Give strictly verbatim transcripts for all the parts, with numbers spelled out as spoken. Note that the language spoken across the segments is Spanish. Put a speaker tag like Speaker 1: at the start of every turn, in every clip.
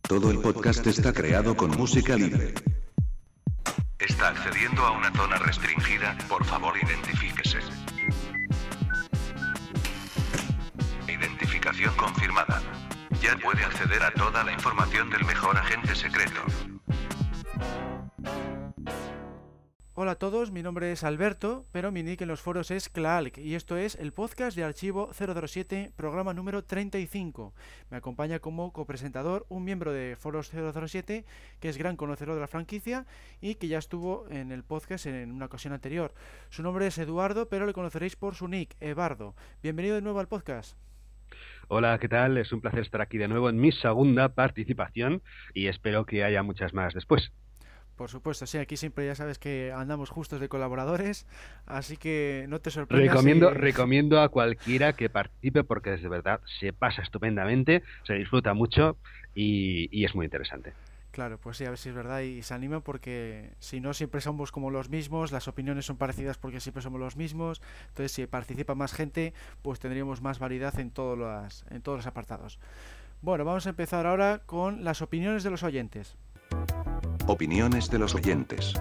Speaker 1: Todo el podcast está creado con música libre.
Speaker 2: Está accediendo a una zona restringida, por favor identifíquese. Identificación confirmada. Ya puede acceder a toda la información del mejor agente secreto.
Speaker 3: Hola a todos, mi nombre es Alberto, pero mi nick en los foros es Claalc y esto es el podcast de Archivo cero cero siete, programa número treinta y cinco. Me acompaña como copresentador un miembro de Foros cero cero siete que es gran conocedor de la franquicia y que ya estuvo en el podcast en una ocasión anterior. Su nombre es Eduardo, pero le conoceréis por su nick, Ebardo. Bienvenido de nuevo al podcast.
Speaker 4: Hola, ¿qué tal? Es un placer estar aquí de nuevo en mi segunda participación y espero que haya muchas más después.
Speaker 3: Por supuesto, sí, aquí siempre ya sabes que andamos justos de colaboradores, así que no te sorprendas.
Speaker 4: Recomiendo,
Speaker 3: si...
Speaker 4: recomiendo a cualquiera que participe porque de verdad se pasa estupendamente, se disfruta mucho y, y es muy interesante.
Speaker 3: Claro, pues sí, a ver si es verdad y se anima porque si no siempre somos como los mismos, las opiniones son parecidas porque siempre somos los mismos, entonces si participa más gente, pues tendríamos más variedad en todos los, en todos los apartados. Bueno, vamos a empezar ahora con las opiniones de los oyentes.
Speaker 1: Opiniones de los oyentes.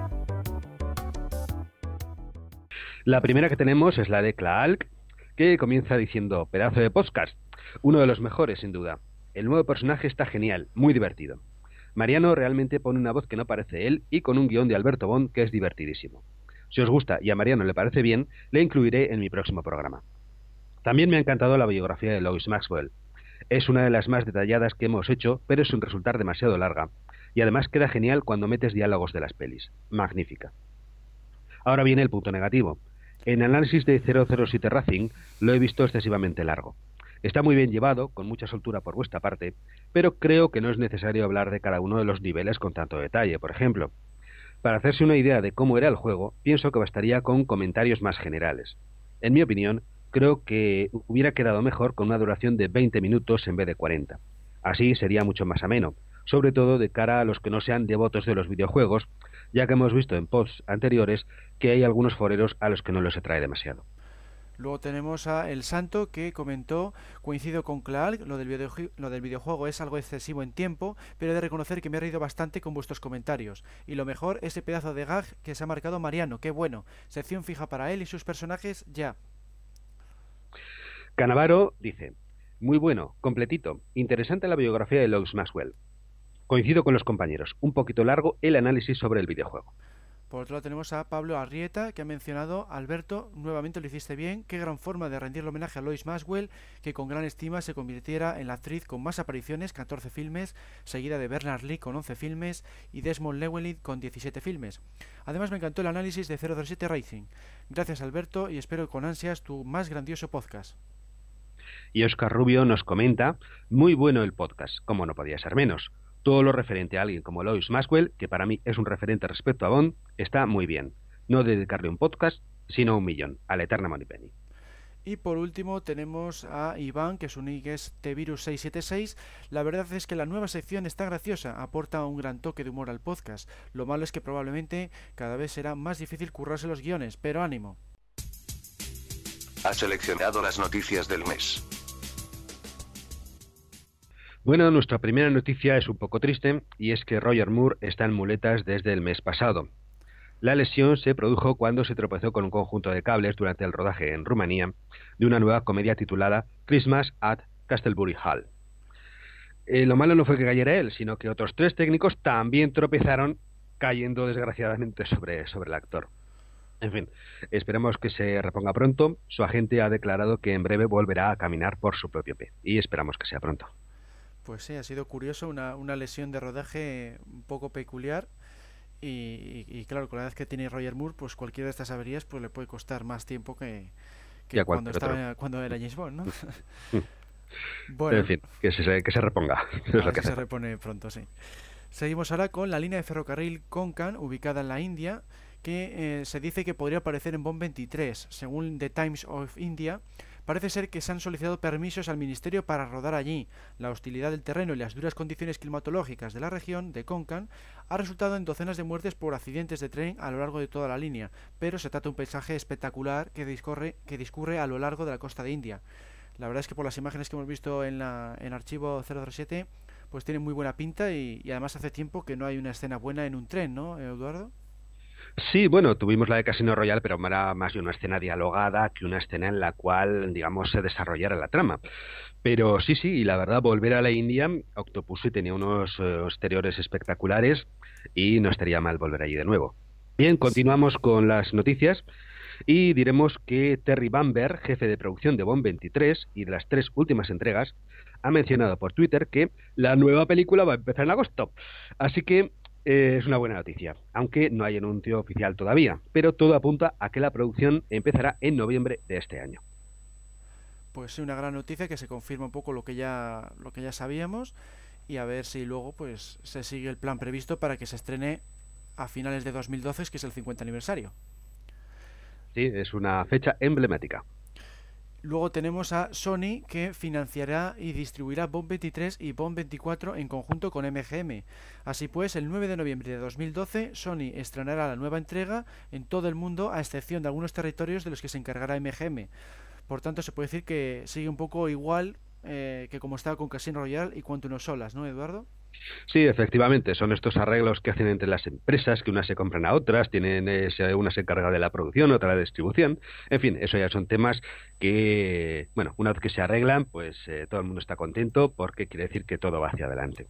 Speaker 4: La primera que tenemos es la de Claalc, que comienza diciendo: pedazo de podcast, uno de los mejores sin duda. El nuevo personaje está genial, muy divertido. Mariano realmente pone una voz que no parece él y con un guión de Alberto Bond que es divertidísimo. Si os gusta y a Mariano le parece bien, le incluiré en mi próximo programa. También me ha encantado la biografía de Lois Maxwell. Es una de las más detalladas que hemos hecho, pero sin resultar demasiado larga. Y además queda genial cuando metes diálogos de las pelis. Magnífica. Ahora viene el punto negativo. En análisis de cero cero siete Racing lo he visto excesivamente largo. Está muy bien llevado, con mucha soltura por vuestra parte, pero creo que no es necesario hablar de cada uno de los niveles con tanto detalle, por ejemplo. Para hacerse una idea de cómo era el juego, pienso que bastaría con comentarios más generales. En mi opinión, creo que hubiera quedado mejor con una duración de veinte minutos en vez de cuarenta. Así sería mucho más ameno, sobre todo de cara a los que no sean devotos de los videojuegos, ya que hemos visto en posts anteriores que hay algunos foreros a los que no les atrae demasiado.
Speaker 3: Luego tenemos a El Santo, que comentó: coincido con Claalc, lo del, video, lo del videojuego es algo excesivo en tiempo, pero he de reconocer que me he reído bastante con vuestros comentarios. Y lo mejor, ese pedazo de gag que se ha marcado Mariano, qué bueno. Sección fija para él y sus personajes ya.
Speaker 4: Canavaro dice: muy bueno, completito, interesante la biografía de Lois Maxwell. Coincido con los compañeros, un poquito largo el análisis sobre el videojuego.
Speaker 3: Por otro lado tenemos a Pablo Arrieta, que ha mencionado: Alberto, nuevamente lo hiciste bien, qué gran forma de rendirle homenaje a Lois Maxwell, que con gran estima se convirtiera en la actriz con más apariciones, catorce filmes, seguida de Bernard Lee con once filmes y Desmond Llewellyn con diecisiete filmes. Además me encantó el análisis de cero cero siete Racing. Gracias Alberto y espero con ansias tu más grandioso podcast.
Speaker 4: Y Oscar Rubio nos comenta: muy bueno el podcast, como no podía ser menos. Todo lo referente a alguien como Lois Maxwell, que para mí es un referente respecto a Bond, está muy bien. No dedicarle un podcast, sino un millón, a la eterna Moneypenny.
Speaker 3: Y por último tenemos a Iván, que su nick es T Virus seis siete seis. La verdad es que la nueva sección está graciosa, aporta un gran toque de humor al podcast. Lo malo es que probablemente cada vez será más difícil currarse los guiones, pero ánimo.
Speaker 2: Ha seleccionado las noticias del mes.
Speaker 4: Bueno, nuestra primera noticia es un poco triste, y es que Roger Moore está en muletas desde el mes pasado. La lesión se produjo cuando se tropezó con un conjunto de cables durante el rodaje en Rumanía de una nueva comedia titulada Christmas at Castlebury Hall. Eh, lo malo no fue que cayera él, sino que otros tres técnicos también tropezaron, cayendo desgraciadamente sobre, sobre el actor. En fin, esperemos que se reponga pronto. Su agente ha declarado que en breve volverá a caminar por su propio pie, y esperamos que sea pronto.
Speaker 3: Pues sí, ha sido curioso, una, una lesión de rodaje un poco peculiar y, y, y claro, con la edad que tiene Roger Moore, pues cualquiera de estas averías pues le puede costar más tiempo que, que cuando estaba cuando era James Bond, ¿no? Bueno,
Speaker 4: en fin, que se, que se reponga. Es lo que
Speaker 3: se repone pronto, sí. Seguimos ahora con la línea de ferrocarril Konkan, ubicada en la India, que eh, se dice que podría aparecer en Bond veintitrés. Según The Times of India, parece ser que se han solicitado permisos al ministerio para rodar allí. La hostilidad del terreno y las duras condiciones climatológicas de la región de Konkan ha resultado en docenas de muertes por accidentes de tren a lo largo de toda la línea, pero se trata de un paisaje espectacular que discurre, que discurre a lo largo de la costa de India. La verdad es que por las imágenes que hemos visto en, la, en archivo cero cero siete pues tiene muy buena pinta y, y además hace tiempo que no hay una escena buena en un tren, ¿no, Eduardo?
Speaker 4: Sí, bueno, tuvimos la de Casino Royale, pero era más bien una escena dialogada que una escena en la cual, digamos, se desarrollara la trama. Pero sí, sí, y la verdad, volver a la India, Octopussy tenía unos eh, exteriores espectaculares y no estaría mal volver allí de nuevo. Bien, continuamos con las noticias y diremos que Terry Bamber, jefe de producción de Bond veintitrés y de las tres últimas entregas, ha mencionado por Twitter que la nueva película va a empezar en agosto. Así que eh, es una buena noticia, aunque no hay anuncio oficial todavía, pero todo apunta a que la producción empezará en noviembre de este año.
Speaker 3: Pues sí, una gran noticia que se confirma un poco lo que ya lo que ya sabíamos y a ver si luego pues se sigue el plan previsto para que se estrene a finales de dos mil doce, que es el cincuenta aniversario.
Speaker 4: Sí, es una fecha emblemática.
Speaker 3: Luego tenemos a Sony, que financiará y distribuirá Bond veintitrés y Bond veinticuatro en conjunto con M G M. Así pues, el nueve de noviembre de dos mil doce, Sony estrenará la nueva entrega en todo el mundo, a excepción de algunos territorios de los que se encargará M G M. Por tanto, se puede decir que sigue un poco igual eh, que como estaba con Casino Royale y Quantum of Solace, ¿no, Eduardo?
Speaker 4: Sí, efectivamente, son estos arreglos que hacen entre las empresas, que unas se compran a otras, tienen ese, una se encarga de la producción, otra de la distribución. En fin, eso ya son temas que, bueno, una vez que se arreglan, pues eh, todo el mundo está contento porque quiere decir que todo va hacia adelante.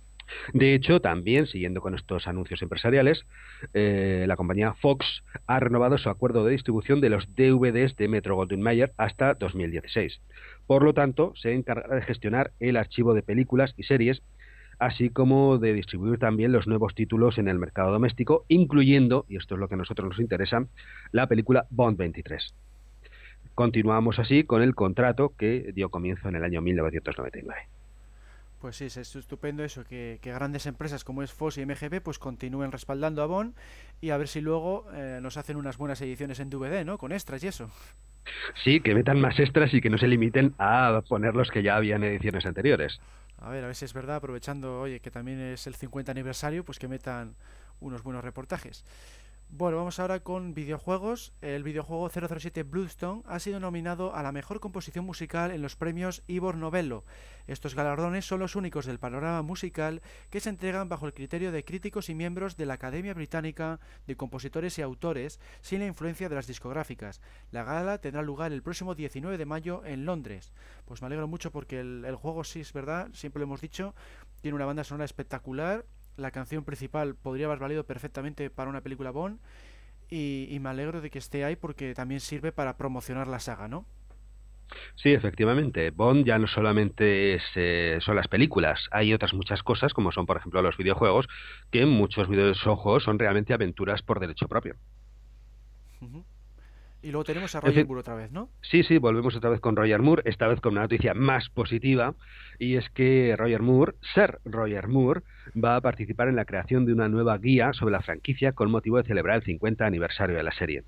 Speaker 4: De hecho, también, siguiendo con estos anuncios empresariales, eh, la compañía Fox ha renovado su acuerdo de distribución de los D V Ds de Metro-Goldwyn-Mayer hasta dos mil dieciséis. Por lo tanto, se encargará de gestionar el archivo de películas y series, así como de distribuir también los nuevos títulos en el mercado doméstico, incluyendo, y esto es lo que a nosotros nos interesa, la película Bond veintitrés. Continuamos así con el contrato que dio comienzo en el año mil novecientos noventa y nueve.
Speaker 3: Pues sí, es estupendo eso, que, que grandes empresas como es Fox y M G M pues continúen respaldando a Bond y a ver si luego eh, nos hacen unas buenas ediciones en D V D, ¿no? Con extras y eso.
Speaker 4: Sí, que metan más extras y que no se limiten a poner los que ya había en ediciones anteriores.
Speaker 3: A ver, a ver si es verdad, aprovechando, oye, que también es el cincuenta aniversario, pues que metan unos buenos reportajes. Bueno, vamos ahora con videojuegos. El videojuego cero cero siete Bloodstone ha sido nominado a la mejor composición musical en los premios Ivor Novello. Estos galardones son los únicos del panorama musical que se entregan bajo el criterio de críticos y miembros de la Academia Británica de Compositores y Autores, sin la influencia de las discográficas. La gala tendrá lugar el próximo diecinueve de mayo en Londres. Pues me alegro mucho porque el, el juego, sí es verdad, siempre lo hemos dicho, tiene una banda sonora espectacular. La canción principal podría haber valido perfectamente para una película Bond y, y me alegro de que esté ahí porque también sirve para promocionar la saga, ¿no?
Speaker 4: Sí, efectivamente. Bond ya no solamente es, eh, son las películas, hay otras muchas cosas, como son, por ejemplo, los videojuegos, que en muchos videojuegos son realmente aventuras por derecho propio.
Speaker 3: Uh-huh. Y luego tenemos a
Speaker 4: En
Speaker 3: Roger
Speaker 4: fin,
Speaker 3: Moore otra vez, ¿no?
Speaker 4: sí, sí, volvemos otra vez con Roger Moore, esta vez con una noticia más positiva, y es que Roger Moore, Sir Roger Moore, va a participar en la creación de una nueva guía sobre la franquicia con motivo de celebrar el cincuenta aniversario de la serie.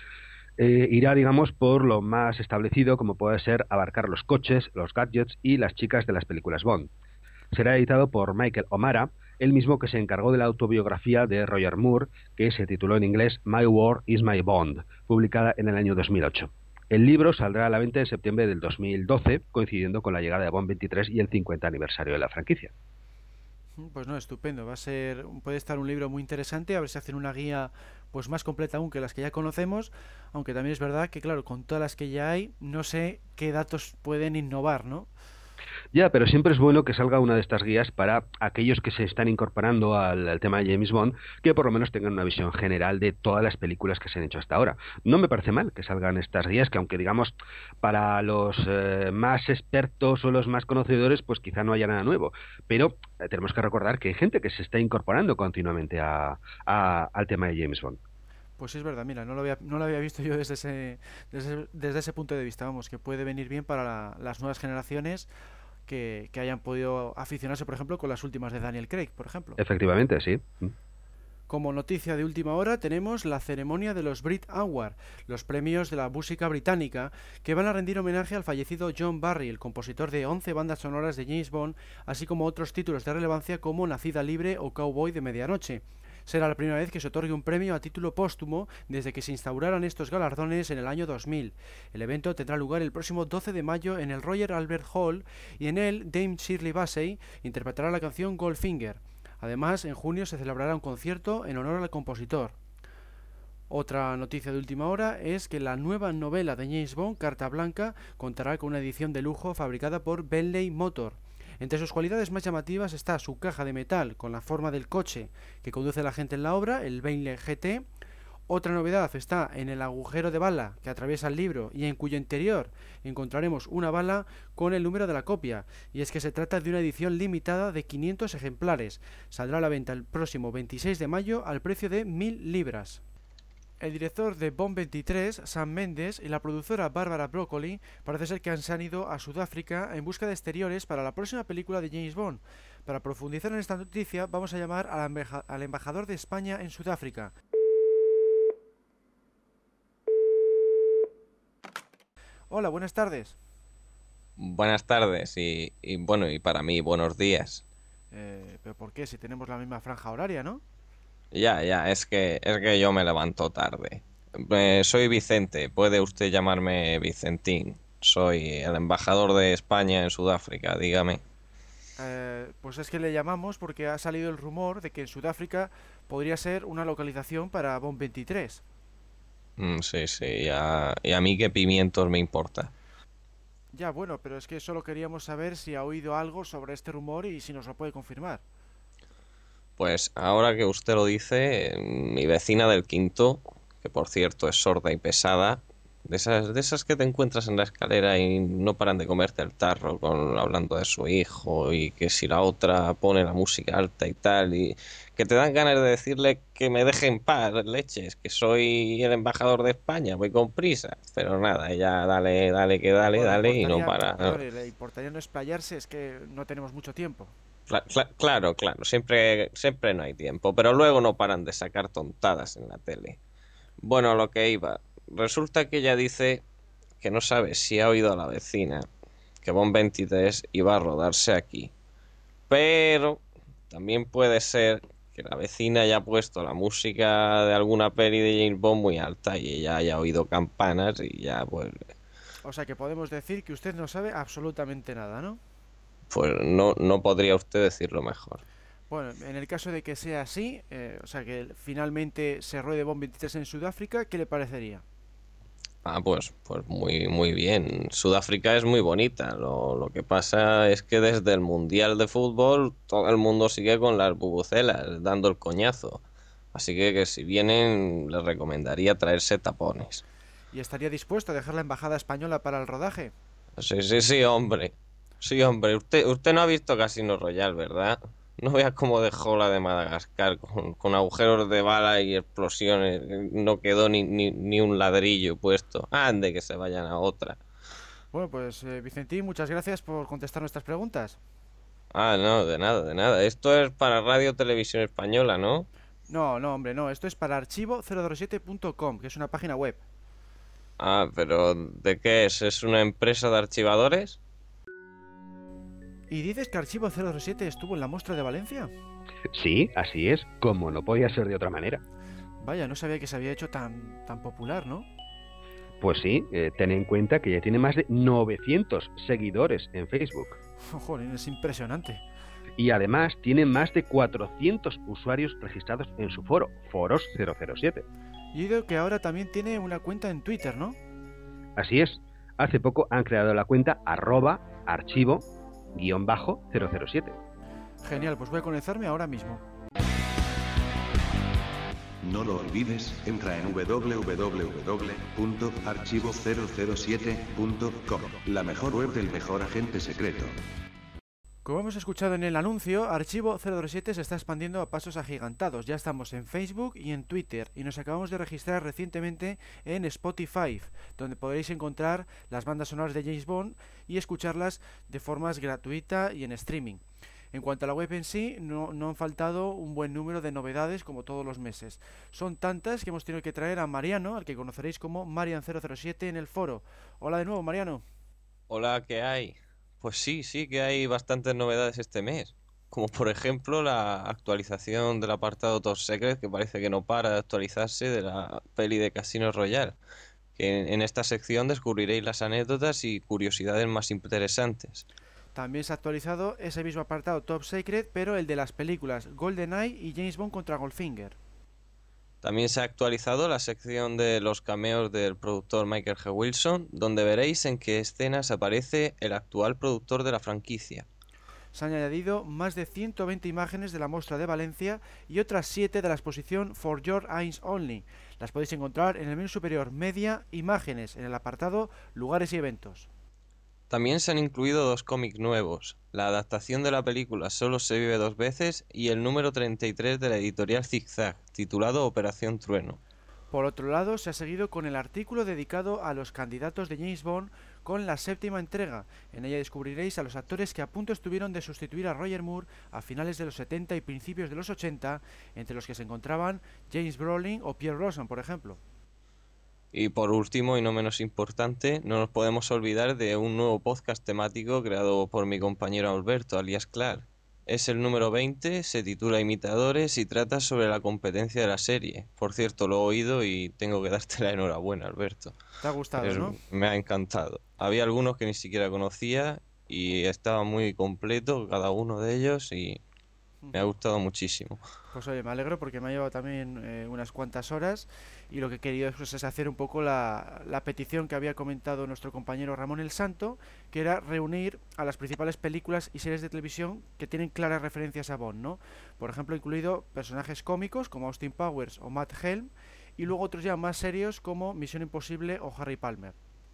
Speaker 4: Eh, irá, digamos, por lo más establecido, como puede ser abarcar los coches, los gadgets y las chicas de las películas Bond. Será editado por Michael O'Mara, el mismo que se encargó de la autobiografía de Roger Moore, que se tituló en inglés My War is My Bond, publicada en el año dos mil ocho. El libro saldrá a la venta en septiembre del dos mil doce, coincidiendo con la llegada de Bond veintitrés y el cincuenta aniversario de la franquicia.
Speaker 3: Pues no, estupendo. Va a ser, puede estar un libro muy interesante, a ver si hacen una guía pues más completa aún que las que ya conocemos, aunque también es verdad que claro, con todas las que ya hay, no sé qué datos pueden innovar, ¿no?
Speaker 4: Ya, pero siempre es bueno que salga una de estas guías para aquellos que se están incorporando al, al tema de James Bond, que por lo menos tengan una visión general de todas las películas que se han hecho hasta ahora. No me parece mal que salgan estas guías, que aunque digamos para los eh, más expertos o los más conocedores, pues quizá no haya nada nuevo. Pero eh, tenemos que recordar que hay gente que se está incorporando continuamente a, a, al tema de James Bond.
Speaker 3: Pues sí, es verdad, mira, no lo había, no lo había visto yo desde ese, desde, desde ese punto de vista, vamos, que puede venir bien para la, las nuevas generaciones que, que hayan podido aficionarse, por ejemplo, con las últimas de Daniel Craig, por ejemplo.
Speaker 4: Efectivamente, sí.
Speaker 3: Como noticia de última hora tenemos la ceremonia de los Brit Award, los premios de la música británica, que van a rendir homenaje al fallecido John Barry, el compositor de once bandas sonoras de James Bond, así como otros títulos de relevancia como Nacida Libre o Cowboy de Medianoche. Será la primera vez que se otorgue un premio a título póstumo desde que se instauraran estos galardones en el año dos mil. El evento tendrá lugar el próximo doce de mayo en el Royal Albert Hall y en él Dame Shirley Bassey interpretará la canción Goldfinger. Además, en junio se celebrará un concierto en honor al compositor. Otra noticia de última hora es que la nueva novela de James Bond, Carta Blanca, contará con una edición de lujo fabricada por Bentley Motor. Entre sus cualidades más llamativas está su caja de metal con la forma del coche que conduce la gente en la obra, el Bentley G T. Otra novedad está en el agujero de bala que atraviesa el libro y en cuyo interior encontraremos una bala con el número de la copia, y es que se trata de una edición limitada de quinientos ejemplares. Saldrá a la venta el próximo veintiséis de mayo al precio de mil libras. El director de Bond veintitrés, Sam Mendes, y la productora Barbara Broccoli parece ser que se han ido a Sudáfrica en busca de exteriores para la próxima película de James Bond. Para profundizar en esta noticia vamos a llamar al, embaja- al embajador de España en Sudáfrica. Hola, buenas tardes.
Speaker 5: Buenas tardes y, y bueno, y para mí, buenos días.
Speaker 3: Eh, ¿pero por qué? Si tenemos la misma franja horaria, ¿no?
Speaker 5: Ya, ya, es que, es que yo me levanto tarde. Eh, soy Vicente, puede usted llamarme Vicentín. Soy el embajador de España en Sudáfrica, dígame.
Speaker 3: Eh, pues es que le llamamos porque ha salido el rumor de que en Sudáfrica podría ser una localización para Bond veintitrés.
Speaker 5: Mm, sí, sí, y a, y a mí qué pimientos me importa.
Speaker 3: Ya, bueno, pero es que solo queríamos saber si ha oído algo sobre este rumor y si nos lo puede confirmar.
Speaker 5: Pues ahora que usted lo dice, mi vecina del quinto, que por cierto es sorda y pesada, de esas, de esas que te encuentras en la escalera y no paran de comerte el tarro con, hablando de su hijo, y que si la otra pone la música alta y tal, y que te dan ganas de decirle que me deje en paz, leches, que soy el embajador de España, voy con prisa. Pero nada, ella dale, dale, que dale,
Speaker 3: Bueno, le
Speaker 5: dale y no
Speaker 3: importaría,
Speaker 5: para.
Speaker 3: perdone, le importaría no explayarse, es que no tenemos mucho tiempo.
Speaker 5: Cla- cla- claro, claro, siempre, siempre no hay tiempo, pero luego no paran de sacar tontadas en la tele. Bueno, a lo que iba. Resulta que ella dice que no sabe si ha oído a la vecina que Bond veintitrés iba a rodarse aquí. Pero también puede ser que la vecina haya puesto la música de alguna peli de James Bond muy alta y ella haya oído campanas y ya pues,
Speaker 3: O sea que podemos decir que usted no sabe absolutamente nada, ¿no?
Speaker 5: pues no, no podría usted decirlo mejor.
Speaker 3: Bueno, en el caso de que sea así, eh, o sea que finalmente se ruede Bond veintitrés en Sudáfrica, ¿qué le parecería?
Speaker 5: Ah, pues, pues muy, muy bien. Sudáfrica es muy bonita. Lo, lo que pasa es que desde el Mundial de Fútbol todo el mundo sigue con las bubucelas, dando el coñazo. Así que, que si vienen, les recomendaría traerse tapones.
Speaker 3: ¿Y estaría dispuesto a dejar la embajada española para el rodaje?
Speaker 5: Sí, sí, sí, hombre. Sí, hombre. Usted, usted no ha visto Casino Royale, ¿verdad? No vea cómo dejó la de Madagascar con, con agujeros de bala y explosiones. No quedó ni, ni, ni un ladrillo puesto. Ande, que se vayan a otra.
Speaker 3: Bueno, pues eh, Vicentín, muchas gracias por contestar nuestras preguntas.
Speaker 5: Ah, no, de nada, de nada. Esto es para Radio Televisión Española, ¿no?
Speaker 3: No, no, hombre, no, esto es para archivo cero cero siete punto com, que es una página web.
Speaker 5: Ah, pero ¿de qué es? ¿Es una empresa de archivadores?
Speaker 3: ¿Y dices que Archivo cero cero siete estuvo en la muestra de Valencia?
Speaker 4: Sí, así es, como no podía ser de otra manera.
Speaker 3: Vaya, no sabía que se había hecho tan, tan popular, ¿no?
Speaker 4: Pues sí, eh, ten en cuenta que ya tiene más de novecientos seguidores en Facebook.
Speaker 3: Joder, es impresionante.
Speaker 4: Y además tiene más de cuatrocientos usuarios registrados en su foro, Foros cero cero siete.
Speaker 3: Y he oído que ahora también tiene una cuenta en Twitter, ¿no?
Speaker 4: Así es, hace poco han creado la cuenta arroba archivo guión bajo cero cero siete.
Speaker 3: Genial, pues voy a conectarme ahora mismo.
Speaker 1: No lo olvides, entra en doble u doble u doble u punto archivo cero cero siete punto com, la mejor web del mejor agente secreto.
Speaker 3: Como hemos escuchado en el anuncio, Archivo cero cero siete se está expandiendo a pasos agigantados. Ya estamos en Facebook y en Twitter y nos acabamos de registrar recientemente en Spotify, donde podréis encontrar las bandas sonoras de James Bond y escucharlas de forma gratuita y en streaming. En cuanto a la web en sí, no, no han faltado un buen número de novedades como todos los meses. Son tantas que hemos tenido que traer a Mariano, al que conoceréis como Marian cero cero siete en el foro. Hola de nuevo, Mariano.
Speaker 5: Hola, ¿qué hay? Pues sí, sí que hay bastantes novedades este mes. como por ejemplo la actualización del apartado Top Secret, que parece que no para de actualizarse, de la peli de Casino Royale. Que en, en esta sección descubriréis las anécdotas y curiosidades más interesantes.
Speaker 3: También se ha actualizado ese mismo apartado Top Secret, pero el de las películas GoldenEye y James Bond contra Goldfinger.
Speaker 5: También se ha actualizado la sección de los cameos del productor Michael G. Wilson, donde veréis en qué escenas aparece el actual productor de la franquicia.
Speaker 3: Se han añadido más de ciento veinte imágenes de la muestra de Valencia y otras siete de la exposición For Your Eyes Only. Las podéis encontrar en el menú superior Media, Imágenes, en el apartado Lugares y Eventos.
Speaker 5: También se han incluido dos cómics nuevos, la adaptación de la película Solo se vive dos veces y el número treinta y tres de la editorial Zigzag, titulado Operación Trueno.
Speaker 3: Por otro lado, se ha seguido con el artículo dedicado a los candidatos de James Bond con la séptima entrega. En ella descubriréis a los actores que a punto estuvieron de sustituir a Roger Moore a finales de los setenta y principios de los ochenta, entre los que se encontraban James Brolin o Pierce Brosnan, por ejemplo.
Speaker 5: Y por último, y no menos importante, no nos podemos olvidar de un nuevo podcast temático creado por mi compañero Alberto, alias Clark. Es el número veinte, se titula Imitadores y trata sobre la competencia de la serie. Por cierto, lo he oído y tengo que darte la enhorabuena, Alberto.
Speaker 3: ¿Te ha gustado,
Speaker 5: es,
Speaker 3: no?
Speaker 5: Me ha encantado. Había algunos que ni siquiera conocía y estaba muy completo cada uno de ellos y me ha gustado muchísimo.
Speaker 3: Pues oye, me alegro porque me ha llevado también eh, unas cuantas horas y lo que he querido pues, es hacer un poco la, la petición que había comentado nuestro compañero Ramón el Santo, que era reunir a las principales películas y series de televisión que tienen claras referencias a Bond, ¿no? Por ejemplo, incluido personajes cómicos como Austin Powers o Matt Helm y luego otros ya más serios como Misión Imposible o Harry Palmer.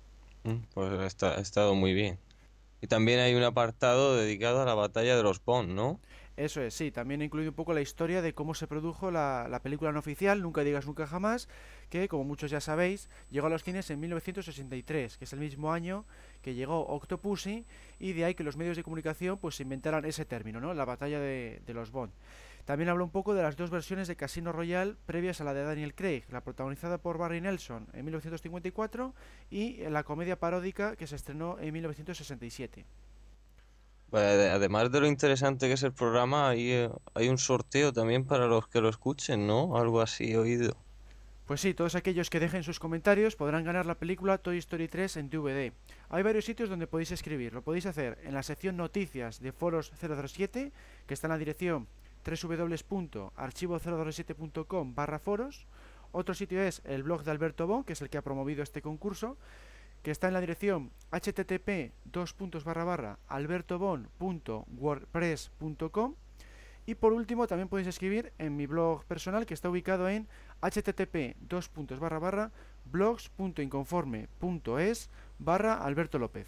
Speaker 5: Pues está, ha estado muy bien. Y también hay un apartado dedicado a la batalla de los Bond, ¿no?
Speaker 3: Eso es, sí, también he incluido un poco la historia de cómo se produjo la, la película no oficial, Nunca digas nunca jamás, que como muchos ya sabéis, llegó a los cines en mil novecientos sesenta y tres, que es el mismo año que llegó Octopussy, y de ahí que los medios de comunicación pues inventaran ese término, ¿no? La batalla de, de los Bond. También habla un poco de las dos versiones de Casino Royale previas a la de Daniel Craig, la protagonizada por Barry Nelson en mil novecientos cincuenta y cuatro y la comedia paródica que se estrenó en mil novecientos sesenta y siete.
Speaker 5: Además de lo interesante que es el programa, hay, hay un sorteo también para los que lo escuchen, ¿no? Algo así he oído.
Speaker 3: Pues sí, todos aquellos que dejen sus comentarios podrán ganar la película Toy Story tres en D V D. Hay varios sitios donde podéis escribir. Lo podéis hacer en la sección Noticias de Foros cero cero siete, que está en la dirección doble u doble u doble u punto archivo cero cero siete punto com barra foros. Otro sitio es el blog de Alberto Bond, que es el que ha promovido este concurso, que está en la dirección http dos puntos barra barra albertobon punto wordpress punto com. Y por último también podéis escribir en mi blog personal, que está ubicado en http dos puntos barra barra blogs punto inconforme punto es barra Alberto López.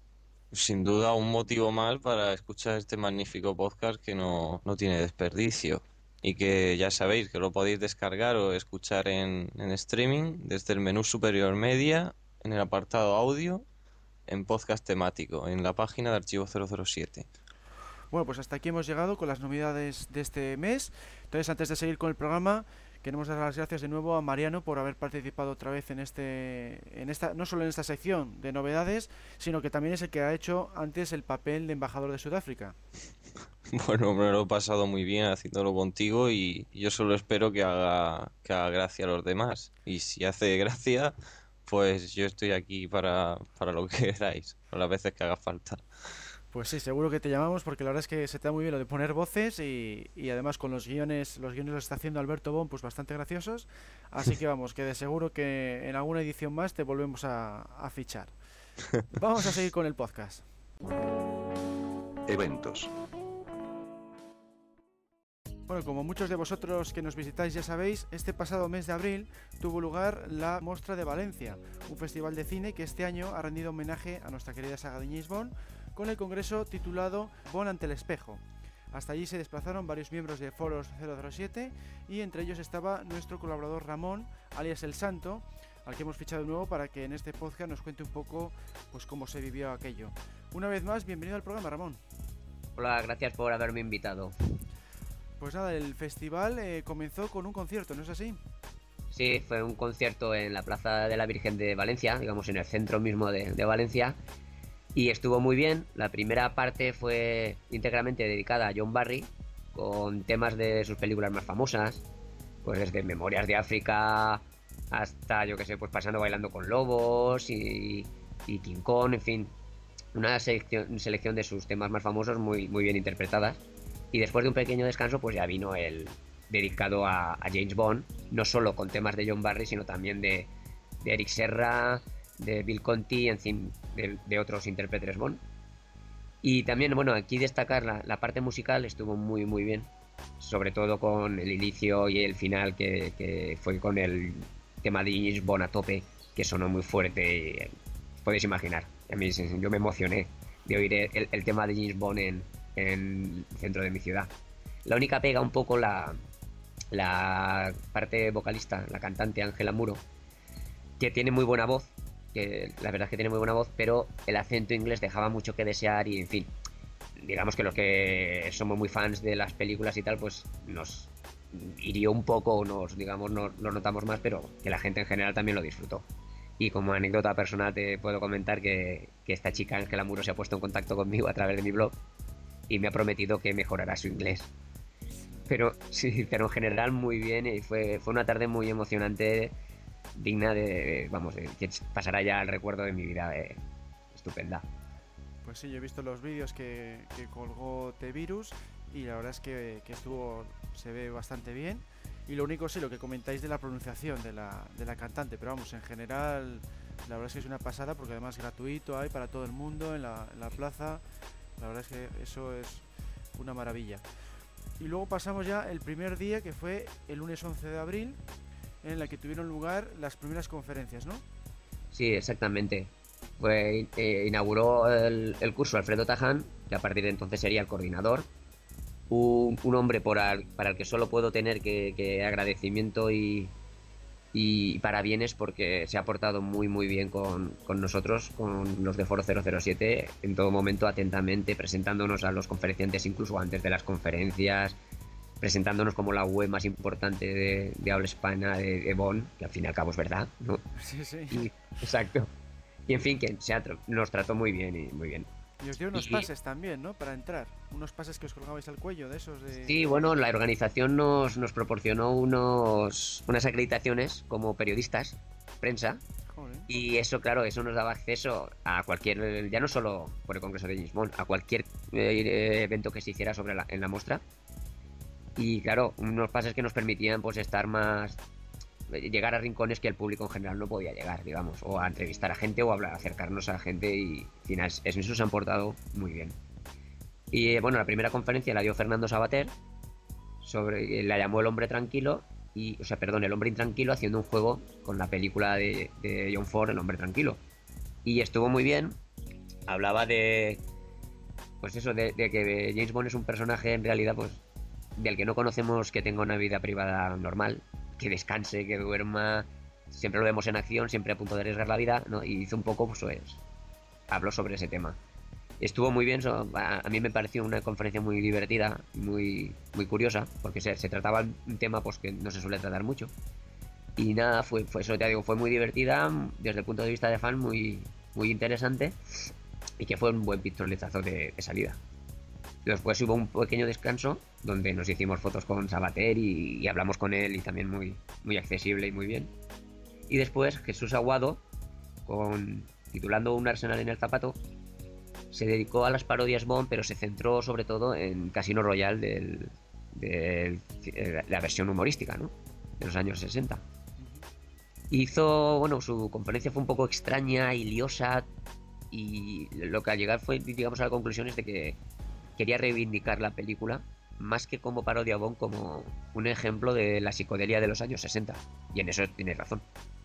Speaker 5: Sin duda un motivo más para escuchar este magnífico podcast que no, no tiene desperdicio. Y que ya sabéis que lo podéis descargar o escuchar en, en streaming desde el menú superior Media, en el apartado audio, en podcast temático, en la página de Archivo cero cero siete.
Speaker 3: Bueno, pues hasta aquí hemos llegado con las novedades de este mes. Entonces, antes de seguir con el programa, queremos dar las gracias de nuevo a Mariano por haber participado otra vez en este, en esta, no solo en esta sección de novedades, sino que también es el que ha hecho antes el papel de embajador de Sudáfrica.
Speaker 5: Bueno, me lo he pasado muy bien haciéndolo contigo y yo solo espero que haga, que haga gracia a los demás. Y si hace gracia, pues yo estoy aquí para, para lo que queráis, o las veces que haga falta.
Speaker 3: Pues sí, seguro que te llamamos porque la verdad es que se te da muy bien lo de poner voces y, y además con los guiones, los guiones los está haciendo Alberto Bond, pues bastante graciosos. Así que vamos, que de seguro que en alguna edición más te volvemos a, a fichar. Vamos a seguir con el podcast.
Speaker 1: Eventos.
Speaker 3: Bueno, como muchos de vosotros que nos visitáis ya sabéis, este pasado mes de abril tuvo lugar la Mostra de Valencia, un festival de cine que este año ha rendido homenaje a nuestra querida saga de James Bond con el congreso titulado Bond ante el espejo. Hasta allí se desplazaron varios miembros de Foros cero cero siete y entre ellos estaba nuestro colaborador Ramón, alias El Santo, al que hemos fichado de nuevo para que en este podcast nos cuente un poco pues cómo se vivió aquello. Una vez más, bienvenido al programa, Ramón.
Speaker 6: Hola, gracias por haberme invitado.
Speaker 3: Pues nada, el festival eh, comenzó con un concierto, ¿no es así?
Speaker 6: Sí, fue un concierto en la Plaza de la Virgen de Valencia, digamos en el centro mismo de, de Valencia. Y estuvo muy bien. La primera parte fue íntegramente dedicada a John Barry, con temas de sus películas más famosas, pues desde Memorias de África hasta, yo que sé, pues pasando Bailando con Lobos y, y King Kong, en fin, una selección, selección de sus temas más famosos muy, muy bien interpretadas. Y después de un pequeño descanso, pues ya vino el dedicado a, a James Bond, no solo con temas de John Barry, sino también de, de Eric Serra, de Bill Conti, en fin, de, de otros intérpretes Bond. Y también, bueno, aquí destacar la, la parte musical estuvo muy, muy bien, sobre todo con el inicio y el final, que, que fue con el tema de James Bond a tope, que sonó muy fuerte, y, eh, podéis imaginar. A mí, yo me emocioné de oír el, el tema de James Bond en, en el centro de mi ciudad. La única pega un poco la, la parte vocalista, la cantante Ángela Muro, que tiene muy buena voz, que la verdad es que tiene muy buena voz, pero el acento inglés dejaba mucho que desear y, en fin, digamos que los que somos muy fans de las películas y tal, pues nos hirió un poco, nos, digamos, no, lo notamos más, pero que la gente en general también lo disfrutó. Y como anécdota personal te puedo comentar que, que esta chica Ángela Muro se ha puesto en contacto conmigo a través de mi blog y me ha prometido que mejorará su inglés. Pero sí, pero en general muy bien, y fue, fue una tarde muy emocionante, digna de, vamos, de, que pasará ya al recuerdo de mi vida, eh, estupenda.
Speaker 3: Pues sí, yo he visto los vídeos que, que colgó T-Virus y la verdad es que, que estuvo, se ve bastante bien. Y lo único, sí, lo que comentáis de la pronunciación de la, de la cantante, pero vamos, en general la verdad es que es una pasada, porque además gratuito hay para todo el mundo en la, en la plaza. La verdad es que eso es una maravilla. Y luego pasamos ya el primer día, que fue el lunes once de abril, en la que tuvieron lugar las primeras conferencias, ¿no?
Speaker 6: Sí, exactamente. Pues eh, inauguró el, el curso Alfredo Taján, que a partir de entonces sería el coordinador. Un, un hombre por al, para el que solo puedo tener que, que agradecimiento y, y parabienes, porque se ha portado muy muy bien con, con nosotros, con los de Foro cero cero siete, en todo momento atentamente, presentándonos a los conferenciantes incluso antes de las conferencias, presentándonos como la web más importante de, de habla hispana de, de Bonn, que al fin y al cabo es verdad, ¿no?
Speaker 3: Sí, sí.
Speaker 6: Y, exacto. Y en fin, que se ha, nos trató muy bien y muy bien.
Speaker 3: Y os dio unos
Speaker 6: y,
Speaker 3: pases también, ¿no? Para entrar. Unos pases que os colgabais al cuello, de esos de...
Speaker 6: Sí, bueno, la organización nos, nos proporcionó unos unas acreditaciones como periodistas, prensa.
Speaker 3: Joder.
Speaker 6: Y eso, claro, eso nos daba acceso a cualquier, ya no solo por el Congreso de James Bond, a cualquier eh, evento que se hiciera sobre la, en la muestra. Y claro, unos pases que nos permitían pues estar más, llegar a rincones que el público en general no podía llegar, digamos, o a entrevistar a gente o a hablar, acercarnos a gente, y al final eso se han portado muy bien. Y bueno, la primera conferencia la dio Fernando Sabater, sobre, la llamó El hombre tranquilo, y, o sea, perdón, El hombre intranquilo, haciendo un juego con la película de, de John Ford, El hombre tranquilo. Y estuvo muy bien, hablaba de, pues eso, de, de que James Bond es un personaje en realidad, pues, del que no conocemos que tenga una vida privada normal, que descanse, que duerma, siempre lo vemos en acción, siempre a punto de arriesgar la vida, ¿no? Y hizo un poco, pues, pues habló sobre ese tema. Estuvo muy bien, a mí me pareció una conferencia muy divertida, muy, muy curiosa, porque se, se trataba un tema pues que no se suele tratar mucho. Y nada, fue, fue eso, te digo, fue muy divertida, desde el punto de vista de fan, muy, muy interesante, y que fue un buen pistoletazo de, de salida. Después hubo un pequeño descanso donde nos hicimos fotos con Sabater y, y hablamos con él, y también muy, muy accesible y muy bien. Y después Jesús Aguado, con, titulando Un arsenal en el zapato, se dedicó a las parodias Bond, pero se centró sobre todo en Casino Royale, del, del, de la versión humorística, ¿no?, de los años sesenta. Hizo, bueno, su conferencia fue un poco extraña y liosa, y lo que al llegar fue, digamos, a la conclusión es de que quería reivindicar la película, más que como parodia Bond, como un ejemplo de la psicodelia de los años sesenta, y en eso tiene razón.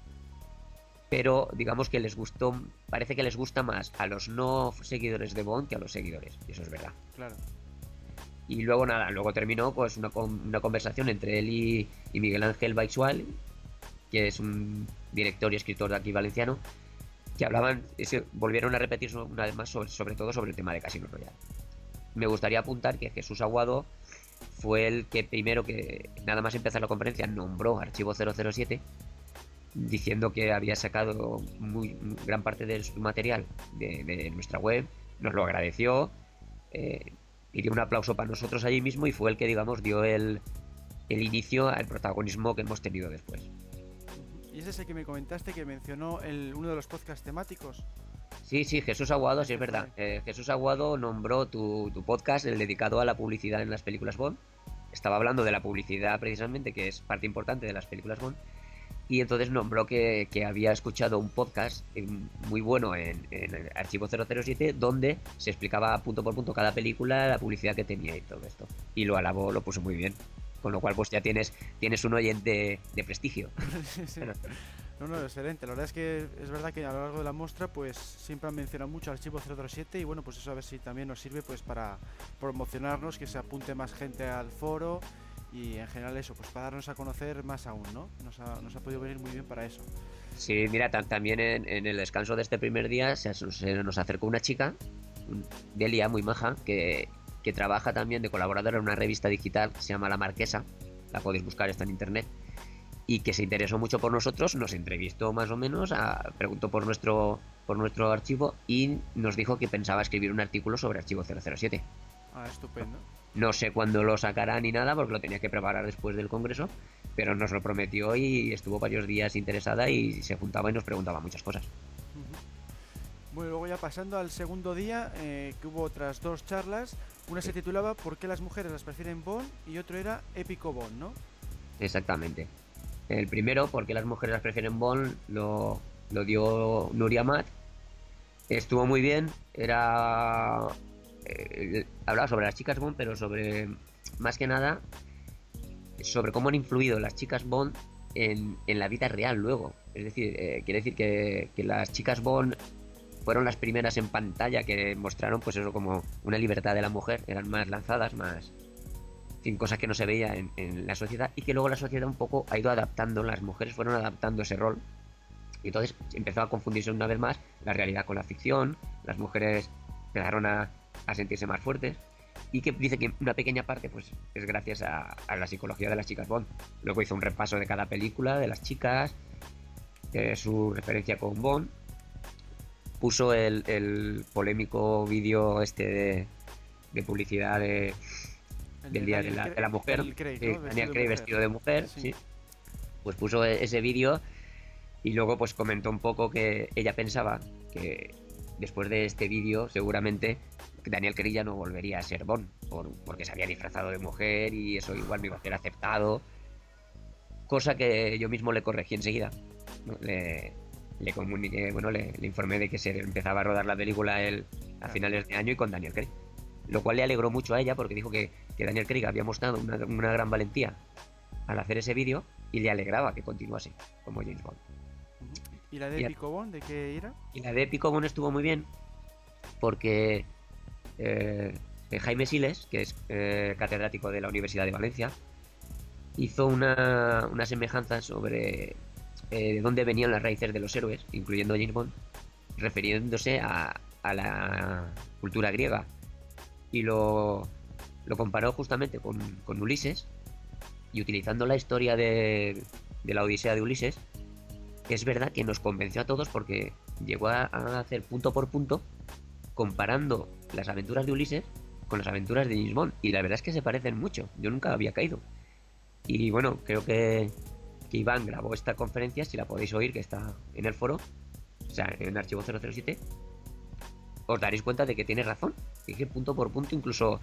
Speaker 6: Pero digamos que les gustó, parece que les gusta más a los no seguidores de Bond que a los seguidores, y eso es verdad.
Speaker 3: Claro.
Speaker 6: Y luego nada, luego terminó pues una, una conversación entre él y, y Miguel Ángel Baixual, que es un director y escritor de aquí valenciano, que hablaban, ese, volvieron a repetir una vez más sobre, sobre todo sobre el tema de Casino Royale. Me gustaría apuntar que Jesús Aguado fue el que primero, que nada más empezar la conferencia, nombró Archivo cero cero siete, diciendo que había sacado muy, gran parte de su material de, de nuestra web, nos lo agradeció, eh, pidió un aplauso para nosotros allí mismo y fue el que, digamos, dio el, el inicio al protagonismo que hemos tenido después.
Speaker 3: ¿Y es ese que me comentaste que mencionó el, uno de los podcasts temáticos?
Speaker 6: Sí, sí, Jesús Aguado, sí es verdad. Eh, Jesús Aguado nombró tu, tu podcast, el dedicado a la publicidad en las películas Bond. Estaba hablando de la publicidad precisamente, que es parte importante de las películas Bond. Y entonces nombró que, que había escuchado un podcast muy bueno en, en el Archivo cero cero siete donde se explicaba punto por punto cada película, la publicidad que tenía y todo esto. Y lo alabó, lo puso muy bien. Con lo cual pues ya tienes, tienes un oyente de prestigio.
Speaker 3: Sí, sí. No, no, excelente. La verdad es que es verdad que a lo largo de la muestra pues siempre han mencionado mucho Archivo cero cero siete y bueno, pues eso a ver si también nos sirve pues para promocionarnos, que se apunte más gente al foro. Y en general eso, pues para darnos a conocer más aún, ¿no? Nos ha, nos ha podido venir muy bien para eso.
Speaker 6: Sí, mira, tam- también en, en el descanso de este primer día se, se nos acercó una chica, Delia, muy maja, que, que trabaja también de colaboradora en una revista digital que se llama La Marquesa, la podéis buscar, está en internet, y que se interesó mucho por nosotros, nos entrevistó más o menos, a, preguntó por nuestro, por nuestro archivo y nos dijo que pensaba escribir un artículo sobre Archivo cero cero siete.
Speaker 3: Ah, estupendo.
Speaker 6: No sé cuándo lo sacará ni nada porque lo tenía que preparar después del congreso, pero nos lo prometió y estuvo varios días interesada y se juntaba y nos preguntaba muchas cosas.
Speaker 3: Uh-huh. Bueno, luego ya pasando al segundo día, eh, que hubo otras dos charlas. Una se titulaba ¿Por qué las mujeres las prefieren Bond? Y otro era Épico Bond, ¿no?
Speaker 6: Exactamente. El primero, ¿por qué las mujeres las prefieren Bond? Lo, lo dio Nuria Mat. Estuvo muy bien. Era... Eh, hablaba sobre las chicas Bond, pero sobre, más que nada, sobre cómo han influido las chicas Bond en, en la vida real luego. Es decir, eh, quiere decir que, que las chicas Bond fueron las primeras en pantalla que mostraron pues eso como una libertad de la mujer, eran más lanzadas, más sin cosas que no se veía en, en la sociedad, y que luego la sociedad un poco ha ido adaptando, las mujeres fueron adaptando ese rol, y entonces empezó a confundirse una vez más la realidad con la ficción, las mujeres empezaron a a sentirse más fuertes, y que dice que una pequeña parte pues es gracias a, a la psicología de las chicas Bond. Luego hizo un repaso de cada película de las chicas, eh, su referencia con Bond, puso el, el polémico vídeo este de, de publicidad de, del Día de la, de la Mujer,
Speaker 3: Daniel Craig,
Speaker 6: sí,
Speaker 3: ¿no?
Speaker 6: Daniel Craig vestido de mujer,
Speaker 3: sí.
Speaker 6: sí. Pues puso ese vídeo y luego pues comentó un poco que ella pensaba que después de este vídeo seguramente Daniel Craig ya no volvería a ser Bond por, porque se había disfrazado de mujer y eso igual no iba a ser aceptado, cosa que yo mismo le corregí enseguida, ¿no? le, le comuniqué, bueno, le, le informé de que se empezaba a rodar la película él a finales de año y con Daniel Craig, lo cual le alegró mucho a ella porque dijo que, que Daniel Craig había mostrado una, una gran valentía al hacer ese vídeo y le alegraba que continuase como James Bond.
Speaker 3: ¿Y la de
Speaker 6: y
Speaker 3: Épico Bond de qué era?
Speaker 6: Y la de Épico Bond estuvo muy bien porque eh, Jaime Siles, que es eh, catedrático de la Universidad de Valencia, hizo una, una semejanza sobre eh, de dónde venían las raíces de los héroes, incluyendo James Bond, refiriéndose a, a la cultura griega, y lo, lo comparó justamente con, con Ulises, y utilizando la historia de, de la Odisea de Ulises, es verdad que nos convenció a todos porque llegó a, a hacer punto por punto comparando las aventuras de Ulises con las aventuras de James Bond, y la verdad es que se parecen mucho, yo nunca había caído. Y bueno, creo que, que Iván grabó esta conferencia, si la podéis oír, que está en el foro, o sea, en Archivo cero cero siete, os daréis cuenta de que tiene razón, dije punto por punto, incluso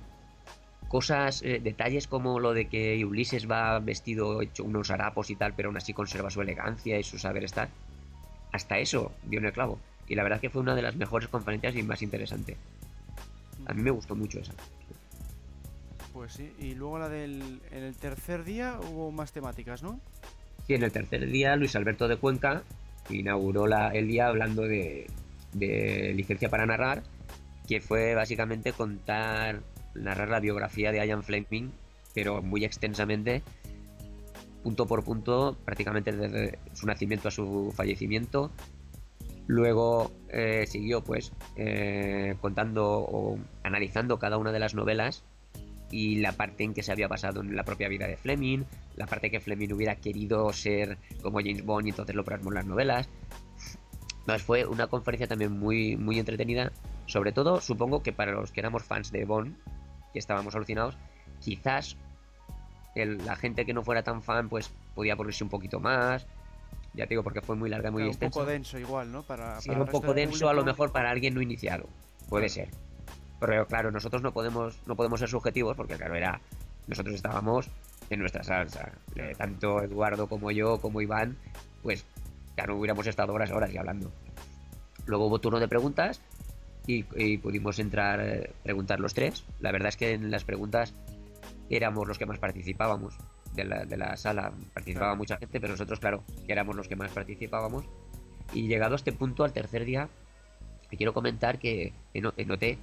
Speaker 6: cosas, eh, detalles como lo de que Ulises va vestido, hecho unos harapos y tal, pero aún así conserva su elegancia y su saber estar, hasta eso dio en el clavo. Y la verdad que fue una de las mejores conferencias y más interesante. A mí me gustó mucho esa.
Speaker 3: Pues sí, y luego la del en el tercer día hubo más temáticas, ¿no?
Speaker 6: Sí, en el tercer día Luis Alberto de Cuenca inauguró la, el día hablando de, de licencia para narrar, que fue básicamente contar, narrar la biografía de Ian Fleming, pero muy extensamente, punto por punto, prácticamente desde su nacimiento a su fallecimiento. Luego eh, siguió pues eh, contando o analizando cada una de las novelas y la parte en que se había basado en la propia vida de Fleming, la parte que Fleming hubiera querido ser como James Bond y entonces lo plasmó en las novelas. Entonces fue una conferencia también muy, muy entretenida, sobre todo supongo que para los que éramos fans de Bond, que estábamos alucinados, quizás el, la gente que no fuera tan fan pues podía aburrirse un poquito más. Ya te digo, porque fue muy larga, muy
Speaker 3: Claro,
Speaker 6: extensa.
Speaker 3: un poco denso igual, ¿no? Para,
Speaker 6: Sí,
Speaker 3: para
Speaker 6: era
Speaker 3: el
Speaker 6: un
Speaker 3: resto
Speaker 6: poco
Speaker 3: del
Speaker 6: denso a lo
Speaker 3: público.
Speaker 6: mejor para alguien no iniciado. Puede ser. Pero claro, nosotros no podemos no podemos ser subjetivos porque claro, era nosotros estábamos en nuestra salsa. Eh, tanto Eduardo como yo, como Iván, pues claro, hubiéramos estado horas horas y hablando. Luego hubo turno de preguntas y, y pudimos entrar, eh, preguntar los tres. La verdad es que en las preguntas éramos los que más participábamos de la, de la sala. Participaba
Speaker 3: Claro.
Speaker 6: mucha gente, pero nosotros, claro, que éramos los que más participábamos. Y llegado a este punto, al tercer día, quiero comentar que no- noté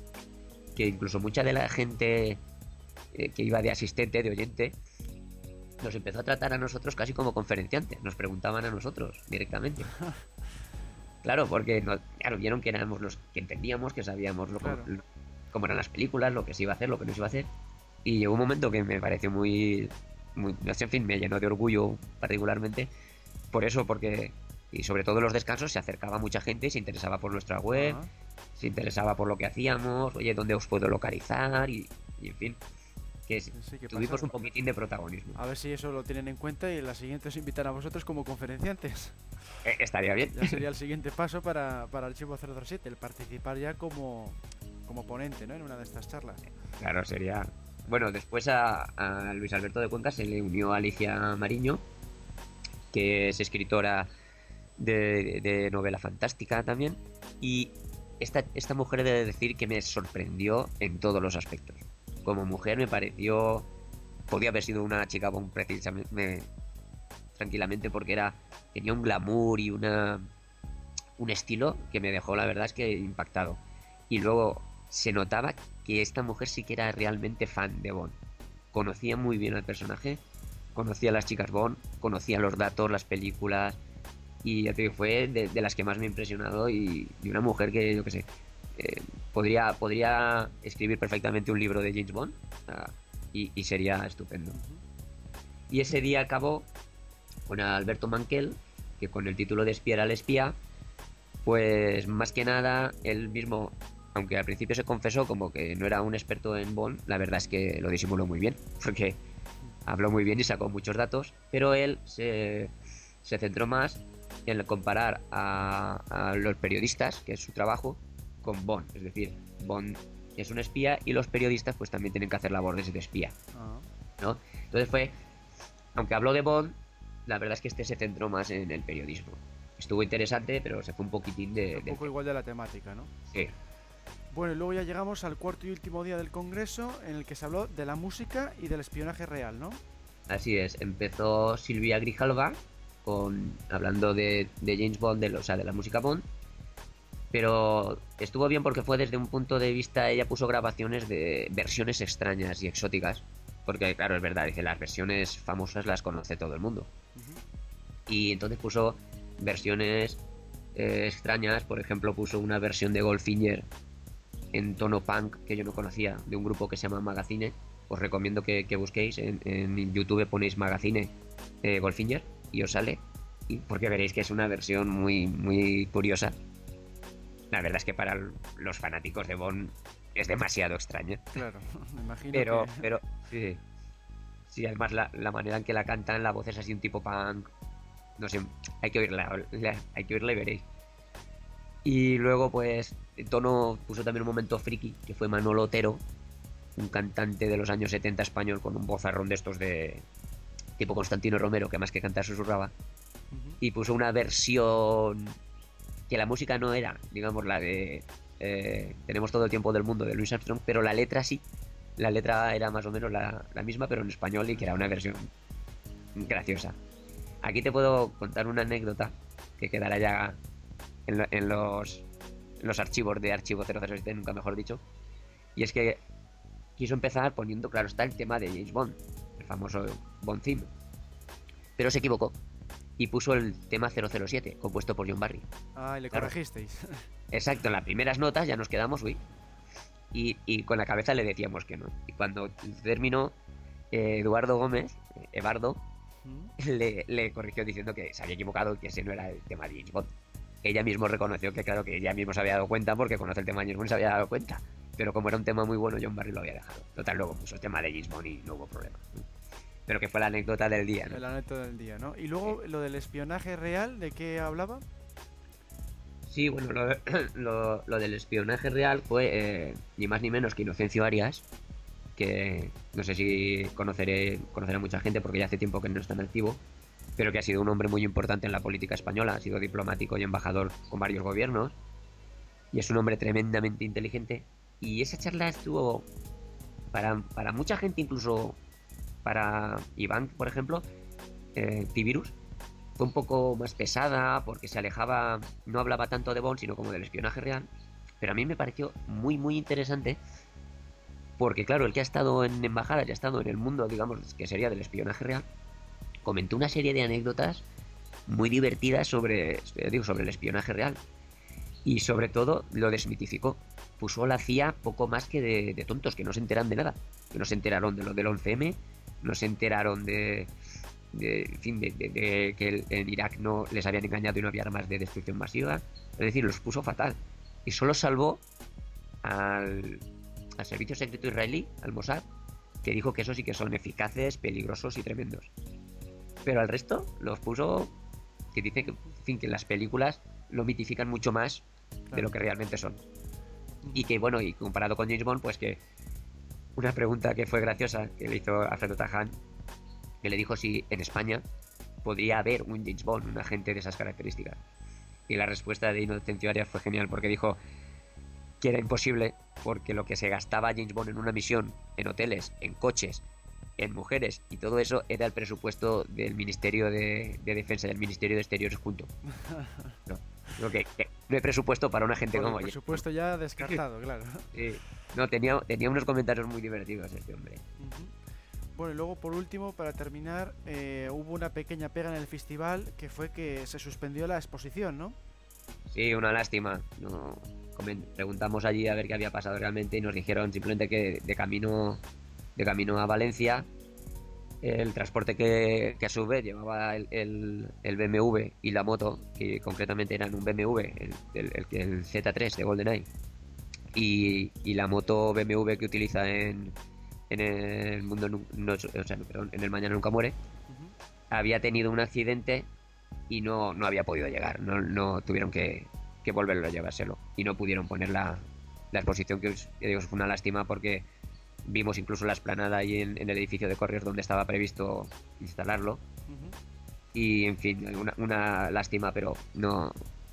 Speaker 6: que incluso mucha de la gente eh, que iba de asistente, de oyente, nos empezó a tratar a nosotros casi como conferenciantes. Nos preguntaban a nosotros directamente. Claro, porque no, claro, vieron que éramos los que entendíamos, que sabíamos lo,
Speaker 3: Claro.
Speaker 6: lo- cómo eran las películas, lo que se iba a hacer, lo que no se iba a hacer. Y llegó un momento que me pareció muy, muy, no sé, en fin, me llenó de orgullo particularmente. Por eso, porque, y sobre todo en los descansos, se acercaba mucha gente, se interesaba por nuestra web,
Speaker 3: Ajá.
Speaker 6: se interesaba por lo que hacíamos, oye, ¿dónde os puedo localizar? Y, y en fin, que
Speaker 3: Sí, sí, que
Speaker 6: tuvimos
Speaker 3: pasa.
Speaker 6: un poquitín de protagonismo.
Speaker 3: A ver si eso lo tienen en cuenta y en la siguiente os invitan a vosotros como conferenciantes.
Speaker 6: Eh, estaría bien.
Speaker 3: Ya sería el siguiente paso para, para Archivo cero cero siete, el participar ya como, como ponente, ¿no? En una de estas charlas.
Speaker 6: Claro, sería... Bueno, después a, a Luis Alberto de Cuenca se le unió Alicia Mariño, que es escritora de, de novela fantástica también. Y esta, esta mujer he de decir que me sorprendió en todos los aspectos. Como mujer me pareció... Podía haber sido una chica Bond precisamente, me- tranquilamente, porque era tenía un glamour y una un estilo que me dejó, la verdad es que impactado. Y luego se notaba que esta mujer sí que era realmente fan de Bond. Conocía muy bien al personaje, conocía a las chicas Bond, conocía los datos, las películas, y ya te digo, fue de, de las que más me ha impresionado y, y una mujer que, yo qué sé, eh, podría, podría escribir perfectamente un libro de James Bond, ah, y, y sería estupendo. Y ese día acabó con Alberto Manquel, que con el título de Espía era el espía, pues más que nada él mismo, aunque al principio se confesó como que no era un experto en Bond, la verdad es que lo disimuló muy bien, porque habló muy bien y sacó muchos datos, pero él se, se centró más en comparar a, a los periodistas, que es su trabajo, con Bond. Es decir, Bond es un espía y los periodistas pues también tienen que hacer labores de espía,
Speaker 3: Ah.
Speaker 6: ¿no? Entonces fue, aunque habló de Bond, la verdad es que este se centró más en el periodismo. Estuvo interesante, pero se fue un poquitín de...
Speaker 3: Un
Speaker 6: de-
Speaker 3: poco igual de la temática, ¿no?
Speaker 6: Sí.
Speaker 3: Bueno, y luego ya llegamos al cuarto y último día del congreso, en el que se habló de la música y del espionaje real, ¿no?
Speaker 6: Así es, empezó Silvia Grijalva con, hablando de, de James Bond, de, o sea, de la música Bond, pero estuvo bien porque fue desde un punto de vista, ella puso grabaciones de versiones extrañas y exóticas, porque claro, es verdad, dice, las versiones famosas las conoce todo el mundo,
Speaker 3: Ujú.
Speaker 6: y entonces puso versiones eh, extrañas, por ejemplo puso una versión de Goldfinger en tono punk que yo no conocía, de un grupo que se llama Magazine. Os recomiendo que, que busquéis en, en YouTube, ponéis Magazine eh, Goldfinger y os sale, y porque veréis que es una versión muy muy curiosa. La verdad es que para los fanáticos de Bond es demasiado extraña,
Speaker 3: Claro, me imagino
Speaker 6: pero
Speaker 3: que...
Speaker 6: pero sí, sí, además la, la manera en que la cantan, la voz es así un tipo punk, no sé, hay que oírla, la- hay que oírla y veréis. Y luego pues en tono puso también un momento friki, que fue Manolo Otero, un cantante de los años setenta español con un vozarrón de estos de tipo Constantino Romero, que más que cantar susurraba,
Speaker 3: Ujú.
Speaker 6: y puso una versión que la música no era, digamos, la de eh, Tenemos todo el tiempo del mundo de Louis Armstrong, pero la letra sí, la letra era más o menos la, la misma, pero en español, y que era una versión graciosa. Aquí te puedo contar una anécdota que quedará ya en, lo- en los, en los archivos de Archivo cero cero siete, nunca mejor dicho, y es que quiso empezar poniendo, claro está, el tema de James Bond, el famoso Bond theme, pero se equivocó y puso el tema cero cero siete, compuesto por John Barry.
Speaker 3: Ah, y le
Speaker 6: Claro.
Speaker 3: corregisteis.
Speaker 6: Exacto, en las primeras notas ya nos quedamos, uy. y, y con la cabeza le decíamos que no. Y cuando terminó, eh, Eduardo Gómez, eh, Evardo,
Speaker 3: ¿Mm?
Speaker 6: le, le corrigió diciendo que se había equivocado y que ese no era el tema de James Bond. Ella mismo reconoció que claro que ella mismo se había dado cuenta porque conoce el tema de James Bond y se había dado cuenta. Pero como era un tema muy bueno, John Barry lo había dejado. Total, luego puso el tema de James Bond y no hubo problema. Pero que fue la anécdota del día, ¿no?
Speaker 3: La anécdota del día, ¿no? Y luego lo del espionaje real, ¿de qué hablaba?
Speaker 6: Sí, bueno, lo, lo, lo del espionaje real fue eh, ni más ni menos que Inocencio Arias, que no sé si conoceré, conocerá mucha gente porque ya hace tiempo que no está en activo, pero que ha sido un hombre muy importante en la política española, ha sido diplomático y embajador con varios gobiernos, y es un hombre tremendamente inteligente. Y esa charla estuvo, para, para mucha gente, incluso para Iván, por ejemplo, eh, T-Virus, fue un poco más pesada porque se alejaba, no hablaba tanto de Bond, sino como del espionaje real. Pero a mí me pareció muy, muy interesante porque, claro, el que ha estado en embajadas y ha estado en el mundo, digamos, que sería del espionaje real, comentó una serie de anécdotas muy divertidas sobre, digo, sobre el espionaje real. Y sobre todo lo desmitificó. Puso la C I A poco más que de, de tontos, que no se enteran de nada. Que no se enteraron de lo del once eme, no se enteraron de... de en fin, de, de, de que el, en Irak no les habían engañado y no había armas de destrucción masiva. Es decir, los puso fatal. Y solo salvó al, al servicio secreto israelí, al Mossad, que dijo que esos sí que son eficaces, peligrosos y tremendos. Pero al resto los puso, que dice que, en fin, que las películas lo mitifican mucho más de lo que realmente son. Y que, bueno, y comparado con James Bond, pues que una pregunta que fue graciosa que le hizo Alfredo Taján, que le dijo si en España podría haber un James Bond, un agente de esas características. Y la respuesta de Inocencio Arias fue genial, porque dijo que era imposible, porque lo que se gastaba James Bond en una misión, en hoteles, en coches, en mujeres y todo eso, era el presupuesto del Ministerio de, de Defensa, del Ministerio de Exteriores junto. No, no, que, que no hay presupuesto para una gente
Speaker 3: Por
Speaker 6: como
Speaker 3: el
Speaker 6: yo.
Speaker 3: presupuesto ya descartado, claro.
Speaker 6: Sí. No, tenía, tenía unos comentarios muy divertidos este hombre.
Speaker 3: Uh-huh. Bueno, y luego por último, para terminar, eh, hubo una pequeña pega en el festival, que fue que se suspendió la exposición, ¿no?
Speaker 6: Sí, una lástima. No, preguntamos allí a ver qué había pasado realmente y nos dijeron simplemente que de camino de camino a Valencia el transporte que, que a su vez llevaba el, el, el B M W y la moto, que concretamente eran un B M W, el, el, el, el Z tres de GoldenEye, y, y la moto B M W que utiliza en, en el mundo no, o sea, perdón, en el Mañana Nunca Muere, uh-huh. había tenido un accidente y no, no había podido llegar, no, no tuvieron que, que volverlo a llevárselo y no pudieron poner la, la exposición, que os digo, fue una lástima porque vimos incluso la explanada ahí en, en el edificio de Correos donde estaba previsto instalarlo. Uh-huh. Y en fin, una, una lástima, pero no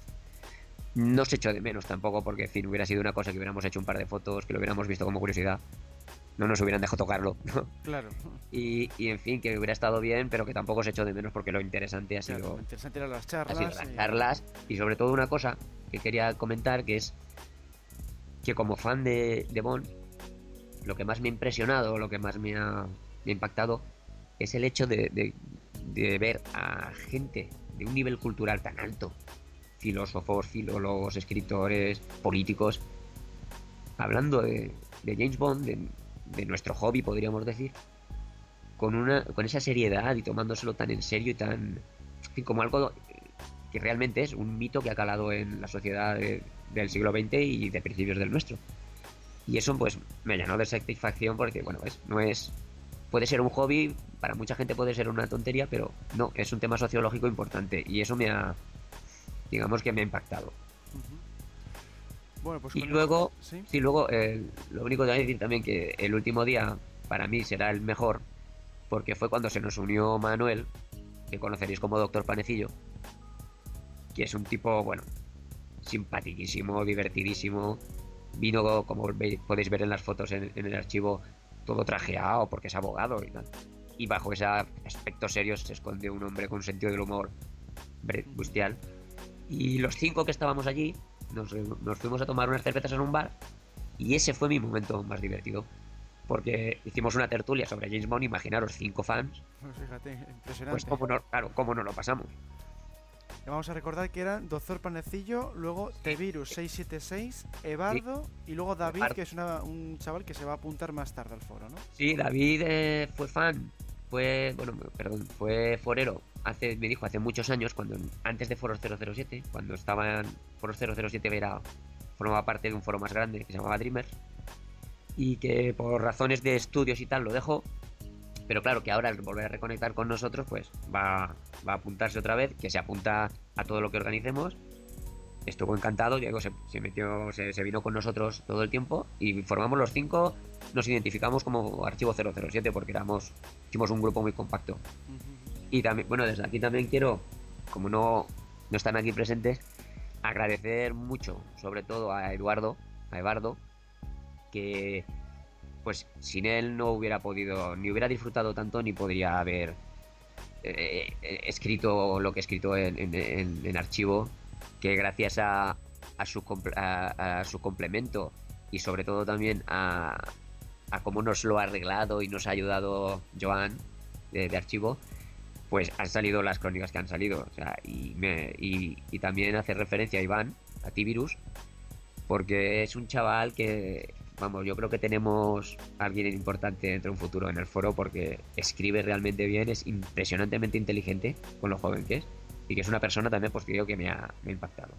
Speaker 6: no se echó de menos tampoco, porque en fin, hubiera sido una cosa que hubiéramos hecho un par de fotos, que lo hubiéramos visto como curiosidad, no nos hubieran dejado tocarlo, ¿no?
Speaker 3: Claro.
Speaker 6: Y, y en fin, que hubiera estado bien, pero que tampoco se echó de menos porque lo interesante ha sido,
Speaker 3: claro, lo interesante eran las charlas,
Speaker 6: ha sido las
Speaker 3: y...
Speaker 6: charlas y sobre todo una cosa que quería comentar, que es que como fan de, de Bond, lo que más me ha impresionado, lo que más me ha, me ha impactado, es el hecho de, de, de ver a gente de un nivel cultural tan alto, filósofos, filólogos, escritores, políticos, hablando de, de James Bond, de, de nuestro hobby, podríamos decir, con una con esa seriedad y tomándoselo tan en serio y tan, en fin, como algo que realmente es un mito que ha calado en la sociedad de, del siglo veinte y de principios del nuestro. Y eso pues me llenó de satisfacción porque, bueno, es, no es... Puede ser un hobby, para mucha gente puede ser una tontería, pero no, es un tema sociológico importante y eso me ha, digamos que me ha impactado.
Speaker 3: Uh-huh. Bueno, pues
Speaker 6: y luego,
Speaker 3: el... ¿Sí?
Speaker 6: sí, luego eh, lo único que voy a decir también que el último día para mí será el mejor porque fue cuando se nos unió Manuel, que conoceréis como Doctor Panecillo, que es un tipo, bueno, simpaticísimo, divertidísimo. Vino, como veis, podéis ver en las fotos en, en el archivo, todo trajeado porque es abogado y tal. Y bajo ese aspecto serio se esconde un hombre con un sentido del humor bestial. Y los cinco que estábamos allí nos, nos fuimos a tomar unas cervezas en un bar y ese fue mi momento más divertido. Porque hicimos una tertulia sobre James Bond, imaginaros, cinco fans.
Speaker 3: Pues fíjate, impresionante.
Speaker 6: Pues cómo no, claro, cómo no lo pasamos.
Speaker 3: Vamos a recordar que eran Doctor Panecillo, luego T-Virus seiscientos setenta y seis, Evardo sí. y luego David, Evardo. que es una, un chaval que se va a apuntar más tarde al foro, ¿no?
Speaker 6: Sí, David eh, fue fan, fue, bueno, perdón, fue forero, hace, me dijo hace muchos años, cuando antes de Foros cero cero siete, cuando estaban Foros cero cero siete era, formaba parte de un foro más grande que se llamaba Dreamers, y que por razones de estudios y tal lo dejó. Pero claro, que ahora al volver a reconectar con nosotros, pues va, va a apuntarse otra vez, que se apunta a todo lo que organicemos. Estuvo encantado, Diego se, se metió, se, se vino con nosotros todo el tiempo y formamos los cinco, nos identificamos como Archivo cero cero siete porque éramos, hicimos un grupo muy compacto. Uh-huh. Y también, bueno, desde aquí también quiero, como no, no están aquí presentes, agradecer mucho, sobre todo a Eduardo, a Evardo, que pues sin él no hubiera podido, ni hubiera disfrutado tanto, ni podría haber eh, eh, escrito lo que he escrito en, en, en, en archivo, que gracias a, a, su, a, a su complemento y sobre todo también a, a cómo nos lo ha arreglado y nos ha ayudado Joan de, de archivo, pues han salido las crónicas que han salido. O sea, y, me, y, y también hacer referencia a Iván, a T-Virus, porque es un chaval que, vamos, yo creo que tenemos a alguien importante dentro de un futuro en el foro porque escribe realmente bien, es impresionantemente inteligente con lo joven que es y que es una persona también, pues creo que me ha, me ha impactado.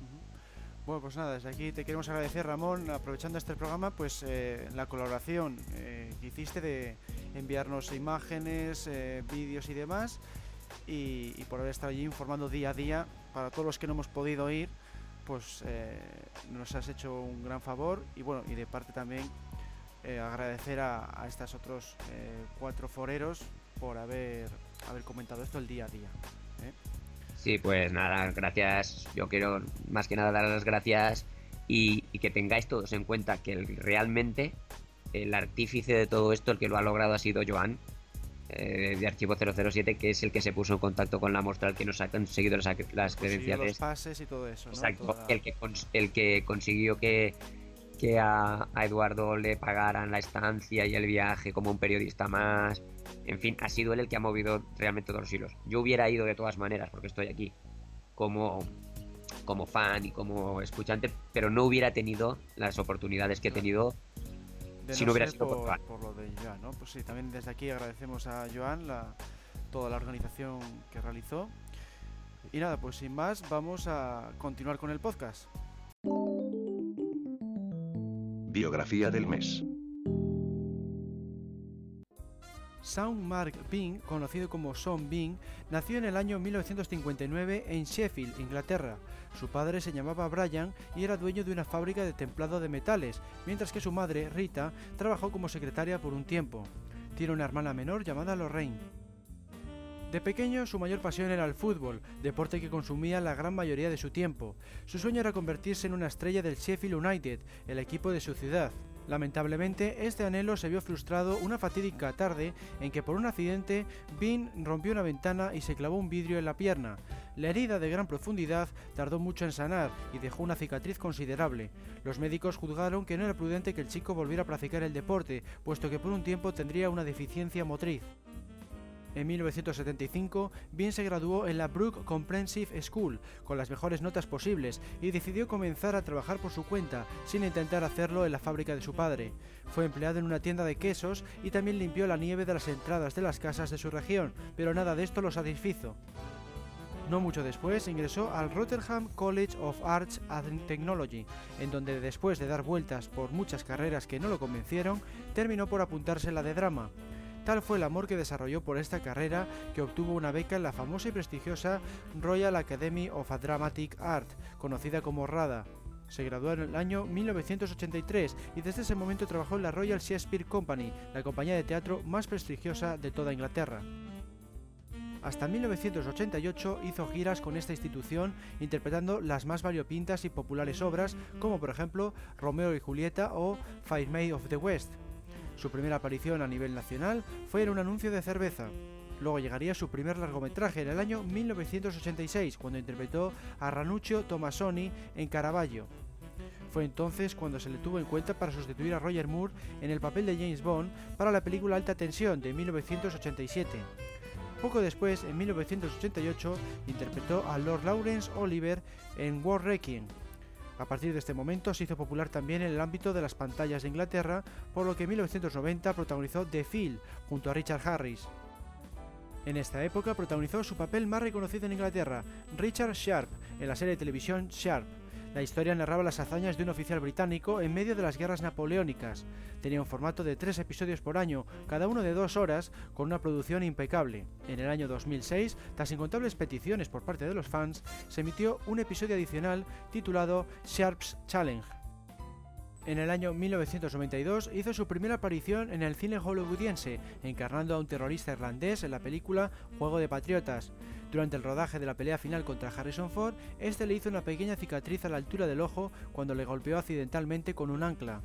Speaker 3: Bueno, pues nada, desde aquí te queremos agradecer, Ramón, aprovechando este programa, pues eh, la colaboración eh, que hiciste de enviarnos imágenes, eh, vídeos y demás, y, y por haber estado allí informando día a día. Para todos los que no hemos podido ir, pues eh, nos has hecho un gran favor, y bueno, y de parte también eh, agradecer a, a estos otros eh, cuatro foreros por haber, haber comentado esto el día a día, ¿eh?
Speaker 6: Sí, pues nada, gracias. Yo quiero más que nada dar las gracias y, y que tengáis todos en cuenta que el, realmente el artífice de todo esto, el que lo ha logrado, ha sido Joan, eh, de Archivo cero cero siete, que es el que se puso en contacto con la muestra, el que nos ha conseguido las, las credenciales,
Speaker 3: los pases y todo eso, ¿no?
Speaker 6: Exacto,
Speaker 3: Toda...
Speaker 6: el, que cons el que consiguió que, que a, a Eduardo le pagaran la estancia y el viaje como un periodista más. En fin, ha sido él el que ha movido realmente todos los hilos. Yo hubiera ido de todas maneras, porque estoy aquí como, como fan y como escuchante, pero no hubiera tenido las oportunidades que he tenido
Speaker 3: de
Speaker 6: si
Speaker 3: no
Speaker 6: no hubiera
Speaker 3: ser
Speaker 6: sido
Speaker 3: por,
Speaker 6: por,
Speaker 3: por lo de Joan, ¿no? Pues sí, también desde aquí agradecemos a Joan la, toda la organización que realizó. Y nada, pues sin más, vamos a continuar con el podcast.
Speaker 1: Biografía del mes.
Speaker 3: Sean Mark Bean, conocido como Sean Bean, nació en el año mil novecientos cincuenta y nueve en Sheffield, Inglaterra. Su padre se llamaba Brian y era dueño de una fábrica de templado de metales, mientras que su madre, Rita, trabajó como secretaria por un tiempo. Tiene una hermana menor llamada Lorraine. De pequeño, su mayor pasión era el fútbol, deporte que consumía la gran mayoría de su tiempo. Su sueño era convertirse en una estrella del Sheffield United, el equipo de su ciudad. Lamentablemente, este anhelo se vio frustrado una fatídica tarde en que por un accidente Bean rompió una ventana y se clavó un vidrio en la pierna. La herida, de gran profundidad, tardó mucho en sanar y dejó una cicatriz considerable. Los médicos juzgaron que no era prudente que el chico volviera a practicar el deporte, puesto que por un tiempo tendría una deficiencia motriz. En mil novecientos setenta y cinco, Bean se graduó en la Brook Comprehensive School con las mejores notas posibles y decidió comenzar a trabajar por su cuenta, sin intentar hacerlo en la fábrica de su padre. Fue empleado en una tienda de quesos y también limpió la nieve de las entradas de las casas de su región, pero nada de esto lo satisfizo. No mucho después ingresó al Rotherham College of Arts and Technology, en donde después de dar vueltas por muchas carreras que no lo convencieron, terminó por apuntarse en la de drama. Tal fue el amor que desarrolló por esta carrera que obtuvo una beca en la famosa y prestigiosa Royal Academy of Dramatic Art, conocida como RADA. Se graduó en el año mil novecientos ochenta y tres y desde ese momento trabajó en la Royal Shakespeare Company, la compañía de teatro más prestigiosa de toda Inglaterra. Hasta mil novecientos ochenta y ocho hizo giras con esta institución interpretando las más variopintas y populares obras como por ejemplo Romeo y Julieta o Fair Maid of the West. Su primera aparición a nivel nacional fue en un anuncio de cerveza. Luego llegaría su primer largometraje en el año mil novecientos ochenta y seis, cuando interpretó a Ranuccio Tomasoni en Caravaggio. Fue entonces cuando se le tuvo en cuenta para sustituir a Roger Moore en el papel de James Bond para la película Alta Tensión de mil novecientos ochenta y siete. Poco después, en mil novecientos ochenta y ocho, interpretó a Lord Laurence Oliver en War Requiem. A partir de este momento se hizo popular también en el ámbito de las pantallas de Inglaterra, por lo que en mil novecientos noventa protagonizó The Field junto a Richard Harris. En esta época protagonizó su papel más reconocido en Inglaterra, Richard Sharp, en la serie de televisión Sharp. La historia narraba las hazañas de un oficial británico en medio de las guerras napoleónicas. Tenía un formato de tres episodios por año, cada uno de dos horas, con una producción impecable. En el año dos mil seis, tras incontables peticiones por parte de los fans, se emitió un episodio adicional titulado Sharp's Challenge. En el año mil novecientos noventa y dos hizo su primera aparición en el cine hollywoodiense, encarnando a un terrorista irlandés en la película Juego de Patriotas. Durante el rodaje de la pelea final contra Harrison Ford, este le hizo una pequeña cicatriz a la altura del ojo cuando le golpeó accidentalmente con un ancla.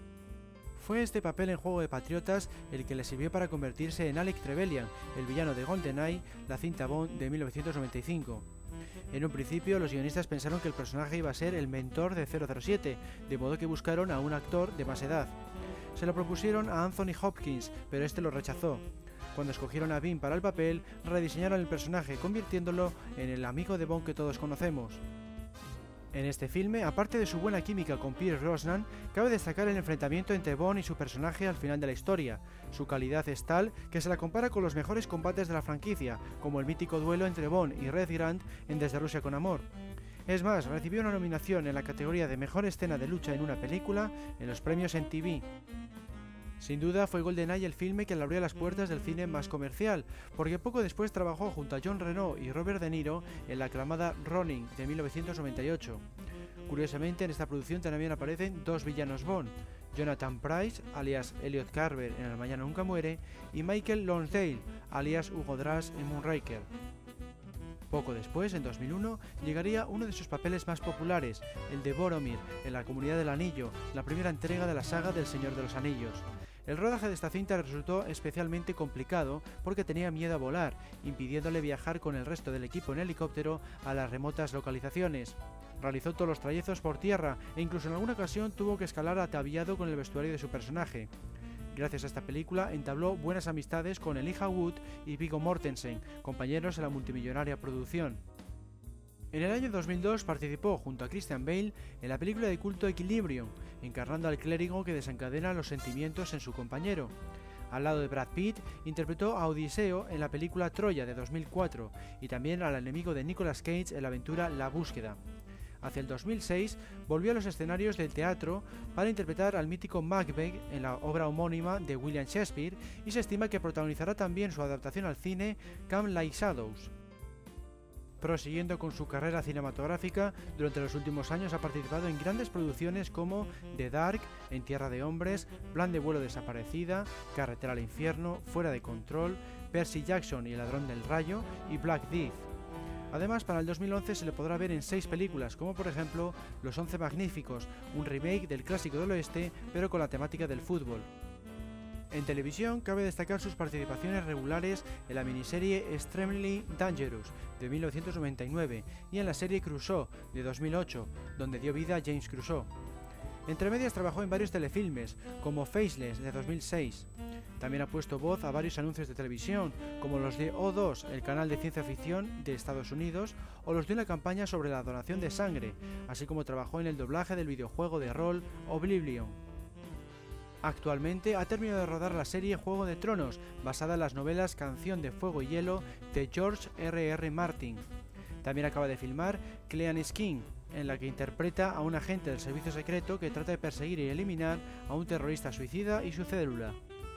Speaker 3: Fue este papel en Juego de Patriotas el que le sirvió para convertirse en Alec Trevelyan, el villano de GoldenEye, la cinta Bond de mil novecientos noventa y cinco. En un principio, los guionistas pensaron que el personaje iba a ser el mentor de cero cero siete, de modo que buscaron a un actor de más edad. Se lo propusieron a Anthony Hopkins, pero este lo rechazó. Cuando escogieron a Bean para el papel, rediseñaron el personaje, convirtiéndolo en el amigo de Bond que todos conocemos. En este filme, aparte de su buena química con Pierce Brosnan, cabe destacar el enfrentamiento entre Bond y su personaje al final de la historia. Su calidad es tal que se la compara con los mejores combates de la franquicia, como el mítico duelo entre Bond y Red Grant en Desde Rusia con Amor. Es más, recibió una nominación en la categoría de Mejor Escena de Lucha en una Película en los premios M T V. Sin duda fue GoldenEye el filme que le abrió las puertas del cine más comercial, porque poco después trabajó junto a John Reno y Robert De Niro en la aclamada Ronin de mil novecientos noventa y ocho. Curiosamente, en esta producción también aparecen dos villanos Bond, Jonathan Pryce, alias Elliot Carver en El Mañana Nunca Muere, y Michael Lonsdale, alias Hugo Drass en Moonraker. Poco después, en dos mil uno, llegaría uno de sus papeles más populares, el de Boromir en La Comunidad del Anillo, la primera entrega de la saga del Señor de los Anillos. El rodaje de esta cinta resultó especialmente complicado porque tenía miedo a volar, impidiéndole viajar con el resto del equipo en helicóptero a las remotas localizaciones. Realizó todos los trayectos por tierra e incluso en alguna ocasión tuvo que escalar ataviado con el vestuario de su personaje. Gracias a esta película entabló buenas amistades con Elijah Wood y Viggo Mortensen, compañeros en la multimillonaria producción. En el año dos mil dos participó junto a Christian Bale en la película de culto Equilibrium, encarnando al clérigo que desencadena los sentimientos en su compañero. Al lado de Brad Pitt, interpretó a Odiseo en la película Troya de dos mil cuatro y también al enemigo de Nicolas Cage en la aventura La Búsqueda. Hacia el dos mil seis volvió a los escenarios del teatro para interpretar al mítico Macbeth en la obra homónima de William Shakespeare y se estima que protagonizará también su adaptación al cine Come Like Shadows. Prosiguiendo con su carrera cinematográfica, durante los últimos años ha participado en grandes producciones como The Dark, En Tierra de Hombres, Plan de Vuelo Desaparecida, Carretera al Infierno, Fuera de Control, Percy Jackson y el Ladrón del Rayo y Black Death. Además, para el dos mil once se le podrá ver en seis películas, como por ejemplo Los Once Magníficos, un remake del clásico del oeste, pero con la temática del fútbol. En televisión cabe destacar sus participaciones regulares en la miniserie Extremely Dangerous de mil novecientos noventa y nueve y en la serie Crusoe de dos mil ocho, donde dio vida a James Crusoe. Entre medias trabajó en varios telefilmes, como Faceless de dos mil seis. También ha puesto voz a varios anuncios de televisión, como los de O dos, el canal de ciencia ficción de Estados Unidos, o los de una campaña sobre la donación de sangre, así como trabajó en el doblaje del videojuego de rol Oblivion. Actualmente ha terminado de rodar la serie Juego de Tronos, basada en las novelas Canción de Fuego y Hielo de George R R Martin. También acaba de filmar Clean Skin, en la que interpreta a un agente del servicio secreto que trata de perseguir y eliminar a un terrorista suicida y su célula.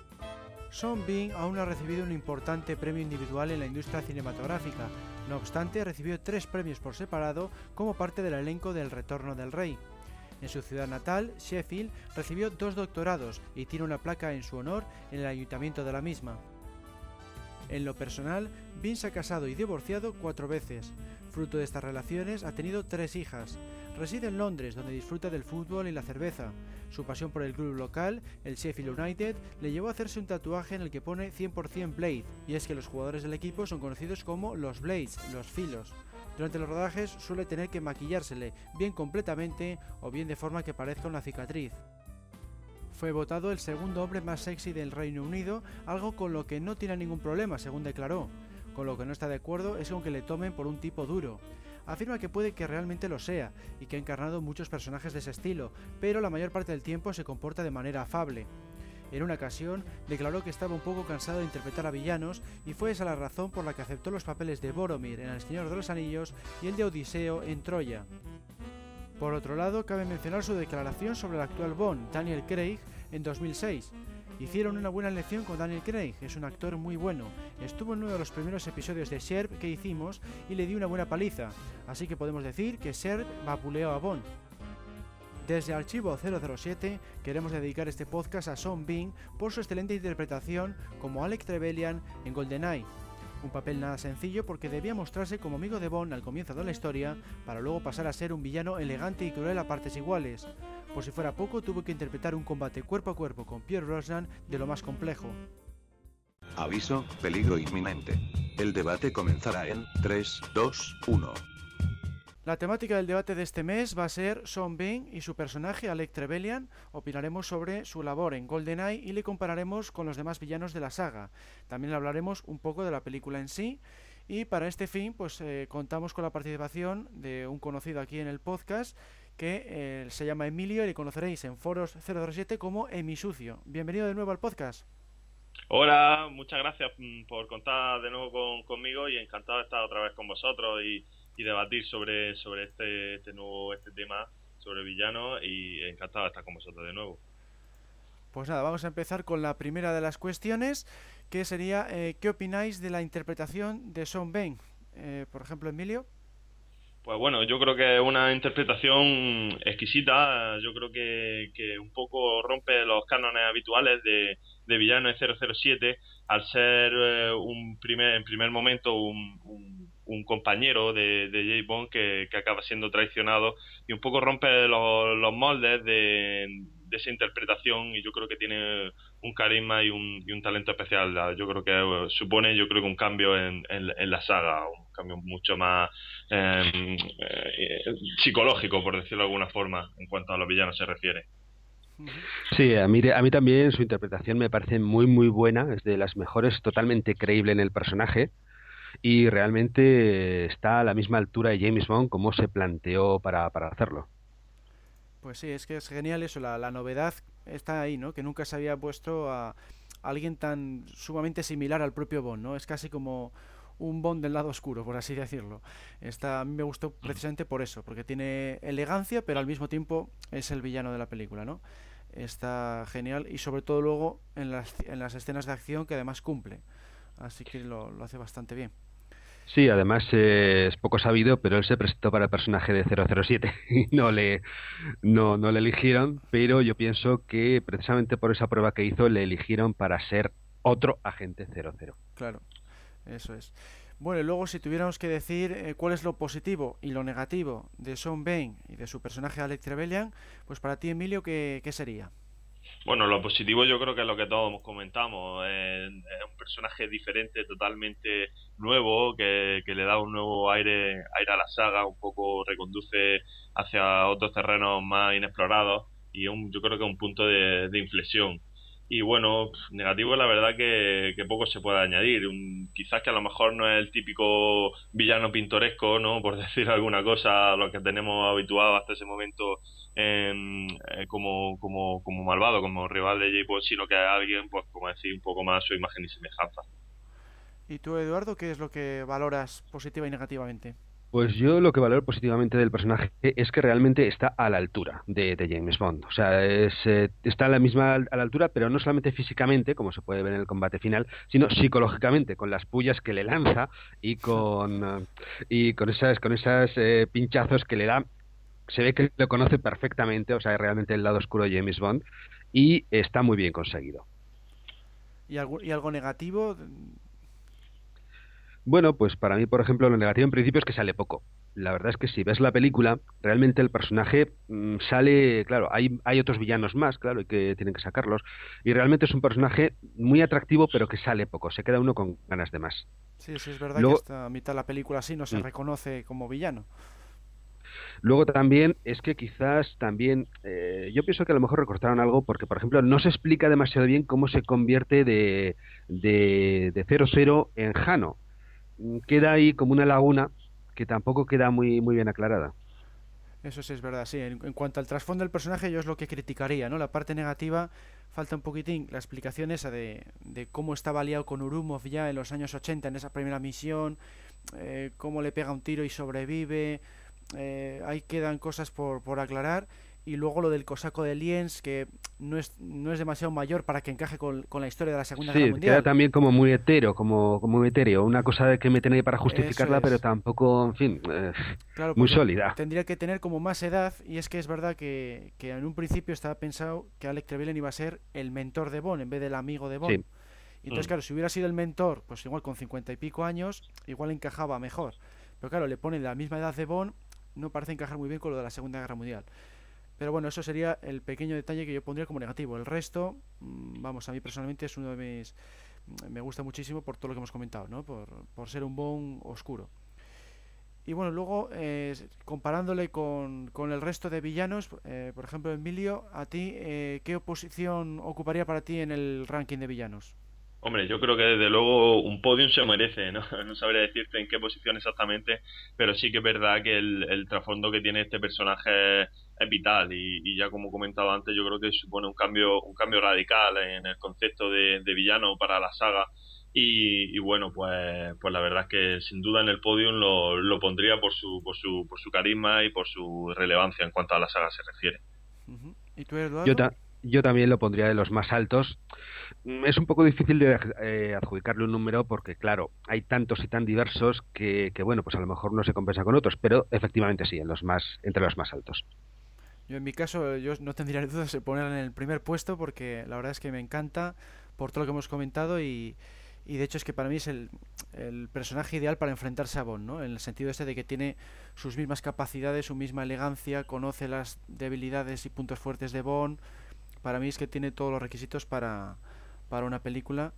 Speaker 3: Sean Bean aún no ha recibido un importante premio individual en la industria cinematográfica, no obstante recibió tres premios por separado como parte del elenco del Retorno del Rey. En su ciudad natal, Sheffield, recibió dos doctorados y tiene una placa en su honor en el ayuntamiento de la misma. En lo personal, Bean se ha casado y divorciado cuatro veces. Fruto de estas relaciones ha tenido tres hijas. Reside en Londres, donde disfruta del fútbol y la cerveza. Su pasión por el club local, el Sheffield United, le llevó a hacerse un tatuaje en el que pone cien por cien Blade, y es que los jugadores del equipo son conocidos como los Blades, los filos. Durante los rodajes suele tener que maquillársele, bien completamente o bien de forma que parezca una cicatriz. Fue votado el segundo hombre más sexy del Reino Unido, algo con lo que no tiene ningún problema, según declaró. Con lo que no está de acuerdo es con que le tomen por un tipo duro. Afirma que puede que realmente lo sea, y que ha encarnado muchos personajes de ese estilo, pero la mayor parte del tiempo se comporta de manera afable. En una ocasión, declaró que estaba un poco cansado de interpretar a villanos, y fue esa la razón por la que aceptó los papeles de Boromir en El Señor de los Anillos y el de Odiseo en Troya. Por otro lado, cabe mencionar su declaración sobre el actual Bond, Daniel Craig, en dos mil seis. Hicieron una buena elección con Daniel Craig, es un actor muy bueno. Estuvo en uno de los primeros episodios de Sherp que hicimos y le di una buena paliza, así que podemos decir que Sherp vapuleó a Bond. Desde Archivo cero cero siete queremos dedicar este podcast a Sean Bean por su excelente interpretación como Alec Trevelyan en GoldenEye. Un papel nada sencillo porque debía mostrarse como amigo de Bond al comienzo de la historia para luego pasar a ser un villano elegante y cruel a partes iguales. Por si fuera poco, tuvo que interpretar un combate cuerpo a cuerpo con Pierce Brosnan de lo más complejo.
Speaker 1: Aviso, peligro inminente. El debate comenzará en tres, dos, uno.
Speaker 3: La temática del debate de este mes va a ser Sean Bean y su personaje Alec Trevelyan. Opinaremos sobre su labor en GoldenEye y le compararemos con los demás villanos de la saga. También hablaremos un poco de la película en sí. Y para este fin, pues eh, contamos con la participación de un conocido aquí en el podcast que eh, se llama Emilio y le conoceréis en Foros cero cero siete como Emisucio. Bienvenido de nuevo al podcast.
Speaker 7: Hola, muchas gracias por contar de nuevo con, conmigo y encantado de estar otra vez con vosotros y, y debatir sobre, sobre este, este nuevo este tema, sobre villanos, y encantado de estar con vosotros de nuevo.
Speaker 3: Pues nada, vamos a empezar con la primera de las cuestiones, que sería eh, ¿qué opináis de la interpretación de Sean Bean? Eh, por ejemplo, Emilio.
Speaker 7: Pues bueno, yo creo que es una interpretación exquisita. Yo creo que, que un poco rompe los cánones habituales de, de villano de cero cero siete al ser eh, un primer en primer momento un, un, un compañero de, de James Bond que, que acaba siendo traicionado, y un poco rompe los, los moldes de, de esa interpretación, y yo creo que tiene un carisma y un, y un talento especial. Yo creo que supone yo creo que un cambio en, en, en la saga, un cambio mucho más eh, eh, psicológico, por decirlo de alguna forma, en cuanto a los villanos se refiere.
Speaker 4: Sí, a mí, a mí también su interpretación me parece muy muy buena, es de las mejores, totalmente creíble en el personaje, y realmente está a la misma altura de James Bond como se planteó para, para hacerlo.
Speaker 3: Pues sí, es que es genial eso, la, la novedad está ahí, ¿no? Que nunca se había puesto a alguien tan sumamente similar al propio Bond, ¿no? Es casi como un Bond del lado oscuro, por así decirlo. Esta, a mí me gustó precisamente por eso, porque tiene elegancia, pero al mismo tiempo es el villano de la película, ¿no? Está genial, y sobre todo luego en las, en las escenas de acción, que además cumple. Así que lo, lo hace bastante bien.
Speaker 4: Sí, además eh, es poco sabido, pero él se presentó para el personaje de cero cero siete y no le, no, no le eligieron, pero yo pienso que precisamente por esa prueba que hizo le eligieron para ser otro agente cero cero.
Speaker 3: Claro, eso es. Bueno, y luego si tuviéramos que decir eh, cuál es lo positivo y lo negativo de Sean Bean y de su personaje Alec Trevelyan, pues para ti, Emilio, ¿qué, qué sería?
Speaker 7: Bueno, lo positivo yo creo que es lo que todos comentamos, es, es un personaje diferente, totalmente nuevo, que, que le da un nuevo aire, aire a la saga, un poco reconduce hacia otros terrenos más inexplorados, y un, yo creo que es un punto de, de inflexión. Y bueno, negativo la verdad que, que poco se puede añadir. Un, quizás que a lo mejor no es el típico villano pintoresco, ¿no? Por decir alguna cosa, a lo que tenemos habituado hasta ese momento en, eh, como, como, como malvado, como rival de James Bond, sino que es alguien, pues como decir, un poco más a su imagen y semejanza.
Speaker 3: ¿Y tú, Eduardo, qué es lo que valoras positiva y negativamente?
Speaker 4: Pues yo lo que valoro positivamente del personaje es que realmente está a la altura de, de James Bond. O sea, es, eh, está a la misma a la altura, pero no solamente físicamente, como se puede ver en el combate final, sino psicológicamente, con las pullas que le lanza y con uh, y con esas con esas eh, pinchazos que le da. Se ve que lo conoce perfectamente, o sea, realmente el lado oscuro de James Bond, y está muy bien conseguido.
Speaker 3: ¿Y algo, y algo negativo?
Speaker 4: Bueno, pues para mí, por ejemplo, lo negativo en principio es que sale poco. La verdad es que si ves la película, realmente el personaje mmm, sale, claro, hay, hay otros villanos más, claro, y que tienen que sacarlos, y realmente es un personaje muy atractivo, pero que sale poco, se queda uno con ganas de más.
Speaker 3: Sí, sí, es verdad.
Speaker 4: Luego,
Speaker 3: que hasta a mitad de la película así no se mm. reconoce como villano.
Speaker 4: Luego también es que quizás también, eh, yo pienso que a lo mejor recortaron algo porque, por ejemplo, no se explica demasiado bien cómo se convierte de, de, de cero cero en Jano. mm, queda ahí como una laguna que tampoco queda muy, muy bien aclarada.
Speaker 3: Eso sí es verdad, sí. En, en cuanto al trasfondo del personaje, yo es lo que criticaría, ¿no? La parte negativa, falta un poquitín la explicación esa de, de cómo estaba aliado con Urumov ya en los años ochenta en esa primera misión, eh, cómo le pega un tiro y sobrevive, eh, ahí quedan cosas por, por aclarar. Y luego lo del cosaco de Liens, que no es, no es demasiado mayor para que encaje con, con la historia de la Segunda Guerra
Speaker 4: Sí, queda
Speaker 3: Mundial.
Speaker 4: también como muy etéreo, como, como muy etéreo, una cosa de que meten ahí para
Speaker 3: Eso
Speaker 4: justificarla, pero
Speaker 3: es.
Speaker 4: tampoco, en fin, eh,
Speaker 3: Claro,
Speaker 4: muy
Speaker 3: porque
Speaker 4: sólida.
Speaker 3: tendría que tener como más edad, y es que es verdad que, que en un principio estaba pensado que Alec Trevelyan iba a ser el mentor de Bond en vez del amigo de Bond.
Speaker 4: Sí,
Speaker 3: Y entonces,
Speaker 7: Mm.
Speaker 3: claro, si hubiera sido el mentor, pues igual con cincuenta y pico años, igual encajaba mejor. Pero claro, le ponen la misma edad de Bond, no parece encajar muy bien con lo de la Segunda Guerra Mundial. Pero bueno, eso sería el pequeño detalle que yo pondría como negativo. El resto, mm, vamos, a mí personalmente es uno de mis... Me gusta muchísimo por todo lo que hemos comentado, ¿no? Por, por ser un Bond oscuro. Y bueno, luego, eh, comparándole con, con el resto de villanos, eh, por ejemplo, Emilio, a ti, eh, ¿qué posición ocuparía para ti en el ranking de villanos?
Speaker 7: Hombre, yo creo que desde luego un podium se merece, ¿no? No sabría decirte en qué posición exactamente, pero sí que es verdad que el, el trasfondo que tiene este personaje es, es vital y, y ya como comentaba antes, yo creo que supone un cambio, un cambio radical en el concepto de, de villano para la saga y, y bueno, pues, pues la verdad es que sin duda en el podium lo, lo pondría por su, por su, por su carisma y por su relevancia en cuanto a la saga se refiere.
Speaker 3: Ujú. ¿Y tú,
Speaker 4: yo,
Speaker 3: Eduardo?
Speaker 4: ta- yo también lo pondría de los más altos. Mm, Es un poco difícil de eh, adjudicarle un número porque, claro, hay tantos y tan diversos que, que, bueno, pues a lo mejor no se compensa con otros, pero efectivamente sí, en los más, entre los más altos.
Speaker 3: Yo en mi caso, yo no tendría dudas de ponerla en el primer puesto porque la verdad es que me encanta por todo lo que hemos comentado y, y de hecho es que para mí es el, el personaje ideal para enfrentarse a Bond, ¿no? En el sentido este de que tiene sus mismas capacidades, su misma elegancia, conoce las debilidades y puntos fuertes de Bond. Para mí es que tiene todos los requisitos para, para una película.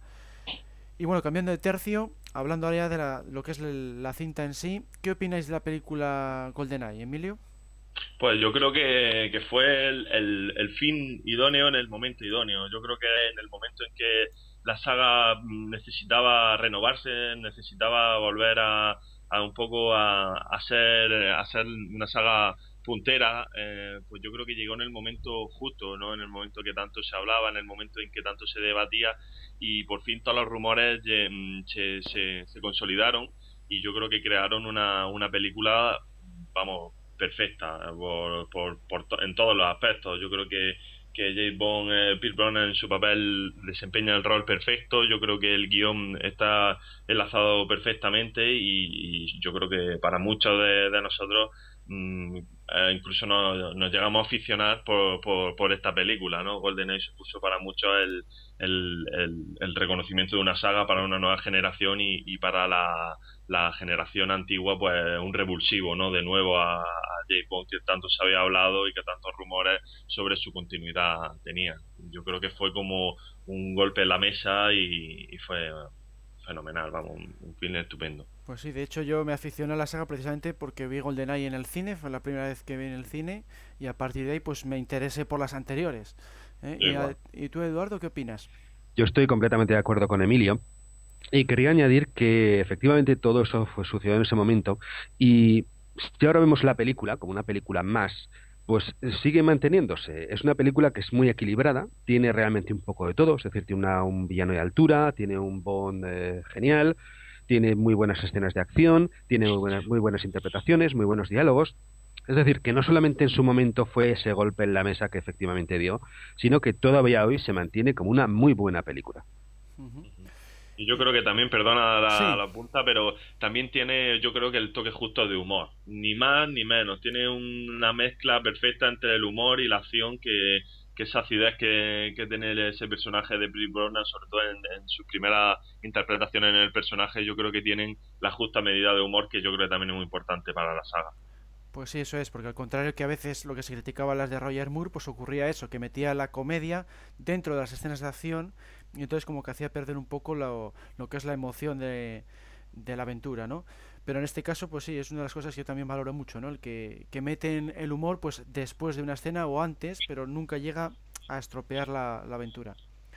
Speaker 3: Y bueno, cambiando de tercio, hablando ahora ya de la- lo que es el- la cinta en sí, ¿qué opináis de la película GoldenEye, Emilio?
Speaker 7: Pues yo creo que, que fue el, el- el fin idóneo en el momento idóneo. Yo creo que en el momento en que la saga mm, necesitaba renovarse, necesitaba volver a, a un poco a, a ser, a ser una saga puntera, eh, pues yo creo que llegó en el momento justo, ¿no? En el momento que tanto se hablaba, en el momento en que tanto se debatía y por fin todos los rumores eh, mm, se, se, se consolidaron y yo creo que crearon una, una película, vamos, perfecta por, por, por to- en todos los aspectos. Yo creo que, que James Bond, eh, Pierce Brosnan en su papel desempeña el rol perfecto. Yo creo que el guión está enlazado perfectamente y, y yo creo que para muchos de, de nosotros mm, eh, incluso nos, nos llegamos a aficionar por, por, por esta película, ¿no? GoldenEye supuso para muchos el, el, el, el reconocimiento de una saga para una nueva generación y, y para la, la generación antigua pues un revulsivo, ¿no? De nuevo a, a James Bond que tanto se había hablado y que tantos rumores sobre su continuidad tenía. Yo creo que fue como un golpe en la mesa y, y fue fenomenal, vamos, un, un film estupendo.
Speaker 3: Pues sí, de hecho yo me aficioné a la saga precisamente porque vi GoldenEye en el cine, fue la primera vez que vi en el cine y a partir de ahí pues me interesé por las anteriores. ¿Eh? Y, a-
Speaker 7: Igual.
Speaker 3: ¿Y tú, Eduardo, qué opinas?
Speaker 4: Yo estoy completamente de acuerdo con Emilio. Y quería añadir que efectivamente todo eso fue sucedió en ese momento y si ahora vemos la película como una película más, pues eh, sigue manteniéndose. Es una película que es muy equilibrada, tiene realmente un poco de todo, es decir, tiene una- un villano de altura, tiene un Bond eh, genial, tiene muy buenas escenas de acción, tiene muy buenas, muy buenas interpretaciones, muy buenos diálogos. Es decir, que no solamente en su momento fue ese golpe en la mesa que efectivamente dio, sino que todavía hoy se mantiene como una muy buena película.
Speaker 3: Ujú.
Speaker 7: Y yo creo que también, perdona la,
Speaker 3: Sí,
Speaker 7: la punta, pero también tiene, yo creo que el toque justo de humor. Ni más ni menos. Tiene una mezcla perfecta entre el humor y la acción que, que esa acidez que, que tiene ese personaje de Pierce Brosnan, sobre todo en, en sus primeras interpretaciones en el personaje, yo creo que tienen la justa medida de humor que yo creo que también es muy importante para la saga.
Speaker 3: pues sí, eso es, porque al contrario que a veces lo que se criticaba a las de Roger Moore, pues ocurría eso, que metía la comedia dentro de las escenas de acción y entonces como que hacía perder un poco lo, lo que es la emoción de, de la aventura, ¿no? Pero en este caso, pues sí, es una de las cosas que yo también valoro mucho, ¿no? El que, que meten el humor pues después de una escena o antes, pero nunca llega a estropear la, la aventura.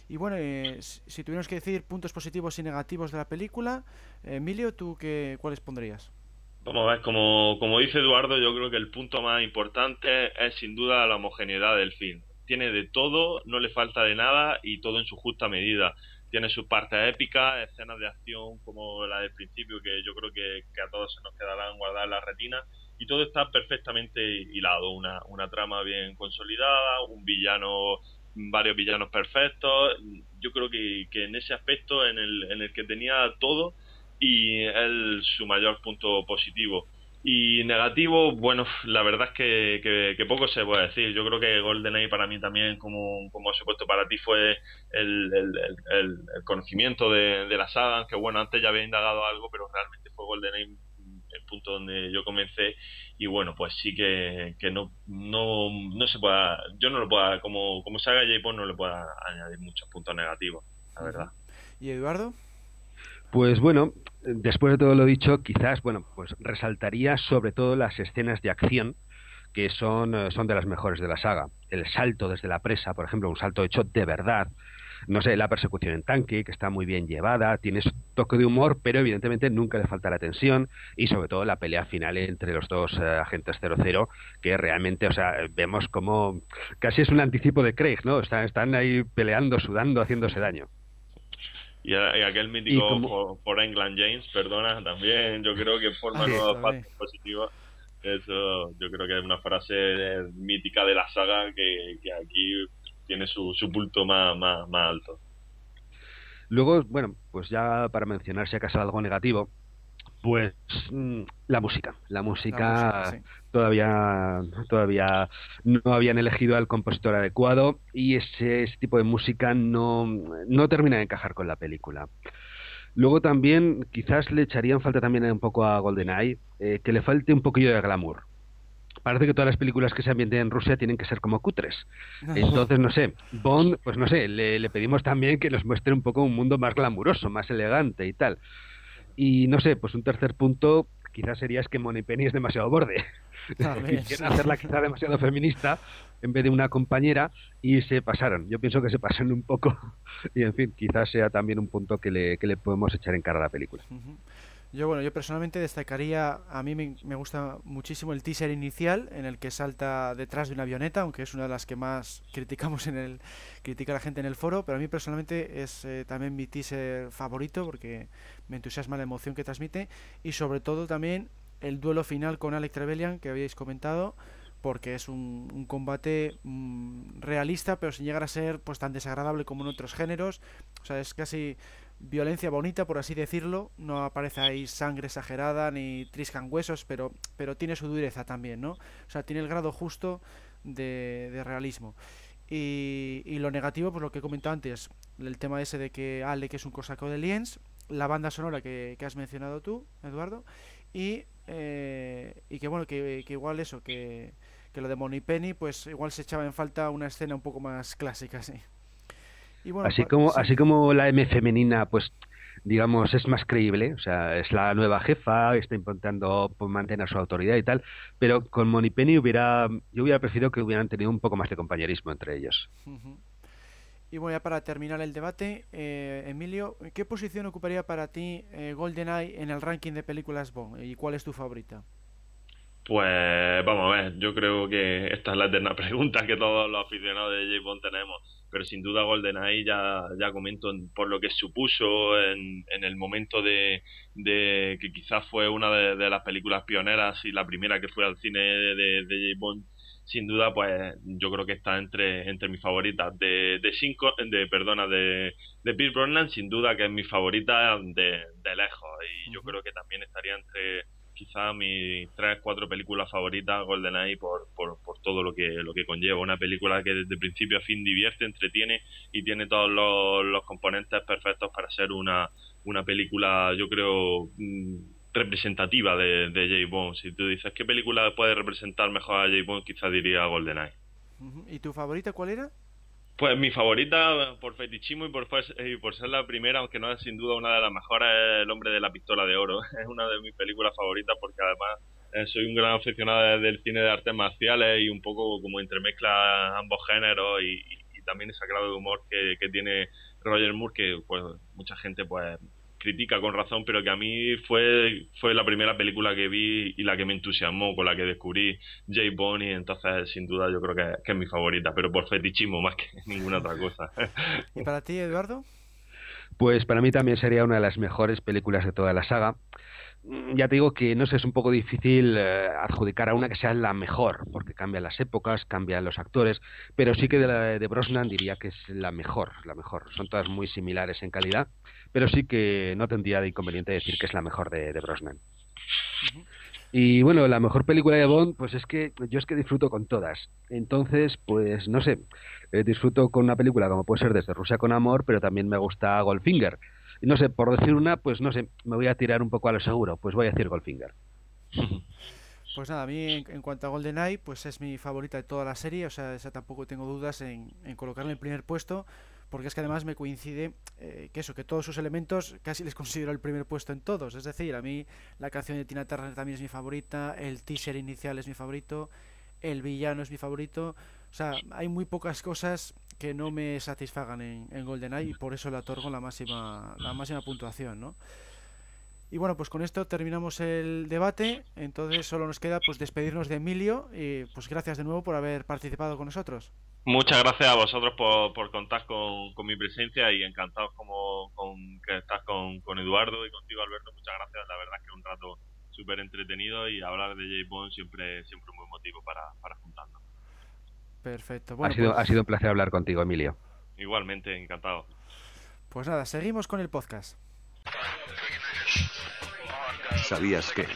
Speaker 3: Y bueno, eh, si, si tuviéramos que decir puntos positivos y negativos de la película, eh, Emilio, ¿tú qué, cuáles pondrías?
Speaker 7: Vamos a ver, como, como dice Eduardo, yo creo que el punto más importante es sin duda la homogeneidad del film. Tiene de todo, no le falta de nada y todo en su justa medida. Tiene sus partes épicas, escenas de acción como la del principio, que yo creo que, que a todos se nos quedarán guardadas en la retina, y todo está perfectamente hilado. Una, una trama bien consolidada, un villano, varios villanos perfectos. Yo creo que, que en ese aspecto en el, en el que tenía todo, y es su mayor punto positivo. Y negativo, bueno, la verdad es que, que, que poco se puede decir. Yo creo que GoldenEye para mí también, como, como supuesto para ti, fue el, el, el, el conocimiento de, de la saga, que bueno, antes ya había indagado algo, pero realmente fue GoldenEye el punto donde yo comencé. Y bueno, pues sí que, que no, no, no se pueda, yo no lo pueda, como, como saga J. Bond, no le pueda añadir muchos puntos negativos, la verdad.
Speaker 3: ¿Y Eduardo?
Speaker 4: Pues bueno, después de todo lo dicho, quizás, bueno, pues resaltaría sobre todo las escenas de acción que son, son de las mejores de la saga. El salto desde la presa, por ejemplo, un salto hecho de verdad. No sé, la persecución en tanque, que está muy bien llevada, tiene su toque de humor, pero evidentemente nunca le falta la tensión, y sobre todo la pelea final entre los dos uh, agentes cero cero, que realmente, o sea, vemos como casi es un anticipo de Craig, ¿no? Están, están ahí peleando, sudando, haciéndose daño.
Speaker 7: Y, y aquel mítico
Speaker 4: como...
Speaker 7: for, for England James, perdona, también yo creo que forma
Speaker 3: sí,
Speaker 7: nuevas partes positivas. Eso yo creo que es una frase mítica de la saga que, que aquí tiene su, su punto más, más, más alto.
Speaker 4: Luego, bueno, pues ya para mencionar si acaso algo negativo, pues mmm, la música. La música,
Speaker 3: la música sí.
Speaker 4: todavía todavía no habían elegido al compositor adecuado, y ese, ese tipo de música no, no termina de encajar con la película. Luego también quizás le echarían falta también un poco a GoldenEye, eh, que le falte un poquillo de glamour. Parece que todas las películas que se ambienten en Rusia tienen que ser como cutres. Entonces, no sé, Bond, pues no sé, le, le pedimos también que nos muestre un poco un mundo más glamuroso, más elegante y tal. Y no sé, pues un tercer punto quizás sería es que Moneypenny es demasiado borde. Quisieran sí. hacerla quizá demasiado feminista en vez de una compañera, y se pasaron. Yo pienso que se pasaron un poco, y en fin, quizás sea también un punto que le, que le podemos echar en cara a la película.
Speaker 3: Uh-huh. Yo, bueno, yo personalmente destacaría, a mí me, me gusta muchísimo el teaser inicial en el que salta detrás de una avioneta, aunque es una de las que más criticamos en el critica la gente en el foro, pero a mí personalmente es eh, también mi teaser favorito porque me entusiasma la emoción que transmite, y sobre todo también el duelo final con Alec Trevelyan que habíais comentado, porque es un, un combate mmm, realista, pero sin llegar a ser pues tan desagradable como en otros géneros. O sea, es casi violencia bonita, por así decirlo. No aparece ahí sangre exagerada ni triscan huesos, pero, pero tiene su dureza también, ¿no? O sea, tiene el grado justo de, de realismo. Y, y lo negativo, pues lo que he comentado antes, el tema ese de que Alec es un cosaco de Lienz, la banda sonora que, que has mencionado tú, Eduardo, y, eh, y que bueno, que, que igual eso, que, que lo de Moneypenny, pues igual se echaba en falta una escena un poco más clásica, sí. Y bueno,
Speaker 4: así como
Speaker 3: sí.
Speaker 4: así como la M femenina, pues digamos es más creíble, o sea, es la nueva jefa, está intentando pues, mantener su autoridad y tal, pero con Moneypenny hubiera yo hubiera preferido que hubieran tenido un poco más de compañerismo entre ellos.
Speaker 3: Uh-huh. Y bueno, ya para terminar el debate, eh, Emilio, ¿qué posición ocuparía para ti eh, GoldenEye en el ranking de películas Bond? ¿Y cuál es tu favorita?
Speaker 7: Pues vamos a ver, yo creo que esta es la eterna pregunta que todos los aficionados de James Bond tenemos, pero sin duda GoldenEye ya, ya comento por lo que supuso en, en el momento de, de que quizás fue una de, de las películas pioneras y la primera que fue al cine de, de, de James Bond. Sin duda, pues yo creo que está entre entre mis favoritas de de cinco, de perdona de de Pierce Brosnan, sin duda que es mi favorita de, de lejos, y yo creo que también estaría entre quizás mis tres cuatro películas favoritas GoldenEye por por por todo lo que lo que conlleva, una película que desde principio a fin divierte, entretiene y tiene todos los, los componentes perfectos para ser una una película, yo creo, mmm, representativa de, de James Bond. Si tú dices qué película puede representar mejor a James Bond, quizás diría GoldenEye.
Speaker 3: ¿Y tu favorita cuál era?
Speaker 7: Pues mi favorita por fetichismo y por, y por ser la primera, aunque no es sin duda una de las mejores, es El hombre de la pistola de oro. Es una de mis películas favoritas porque además eh, soy un gran aficionado del cine de artes marciales y un poco como entremezcla ambos géneros y, y también esa clave de humor que, que tiene Roger Moore, que pues mucha gente pues critica con razón, pero que a mí fue fue la primera película que vi y la que me entusiasmó, con la que descubrí James Bond, y entonces sin duda yo creo que, que es mi favorita, pero por fetichismo más que ninguna otra cosa.
Speaker 3: ¿Y para ti, Eduardo?
Speaker 4: Pues para mí también sería una de las mejores películas de toda la saga. Ya te digo que no sé, es un poco difícil eh, adjudicar a una que sea la mejor, porque cambian las épocas, cambian los actores, pero sí que de, la, de Brosnan diría que es la mejor, la mejor. Son todas muy similares en calidad, pero sí que no tendría de inconveniente decir que es la mejor de, de Brosnan. Uh-huh. Y bueno, la mejor película de Bond, pues es que yo es que disfruto con todas. Entonces, pues no sé, eh, disfruto con una película como puede ser Desde Rusia con Amor, pero también me gusta Goldfinger. Y no sé, por decir una, pues no sé, me voy a tirar un poco a lo seguro, pues voy a decir Goldfinger.
Speaker 3: Pues nada, a mí en, en cuanto a GoldenEye, pues es mi favorita de toda la serie, o sea, esa tampoco tengo dudas en, en colocarla en el primer puesto, porque es que además me coincide eh, que eso, que todos sus elementos casi les considero el primer puesto en todos, es decir, a mí la canción de Tina Turner también es mi favorita, el teaser inicial es mi favorito, el villano es mi favorito, o sea, hay muy pocas cosas que no me satisfagan en, en GoldenEye y por eso le otorgo la máxima, la máxima puntuación, ¿no? Y bueno, pues con esto terminamos el debate, entonces solo nos queda pues despedirnos de Emilio y pues gracias de nuevo por haber participado con nosotros.
Speaker 7: Muchas gracias a vosotros por, por contar con, con mi presencia y encantados como con que estás con, con Eduardo y contigo, Alberto. Muchas gracias, la verdad es que es un rato súper entretenido y hablar de James Bond siempre siempre muy motivo para, para juntarnos.
Speaker 3: Perfecto. Bueno,
Speaker 4: ha, sido,
Speaker 3: pues,
Speaker 4: ha sido un placer hablar contigo, Emilio.
Speaker 7: Igualmente, encantado.
Speaker 3: Pues nada, seguimos con el podcast.
Speaker 1: ¿Sabías que?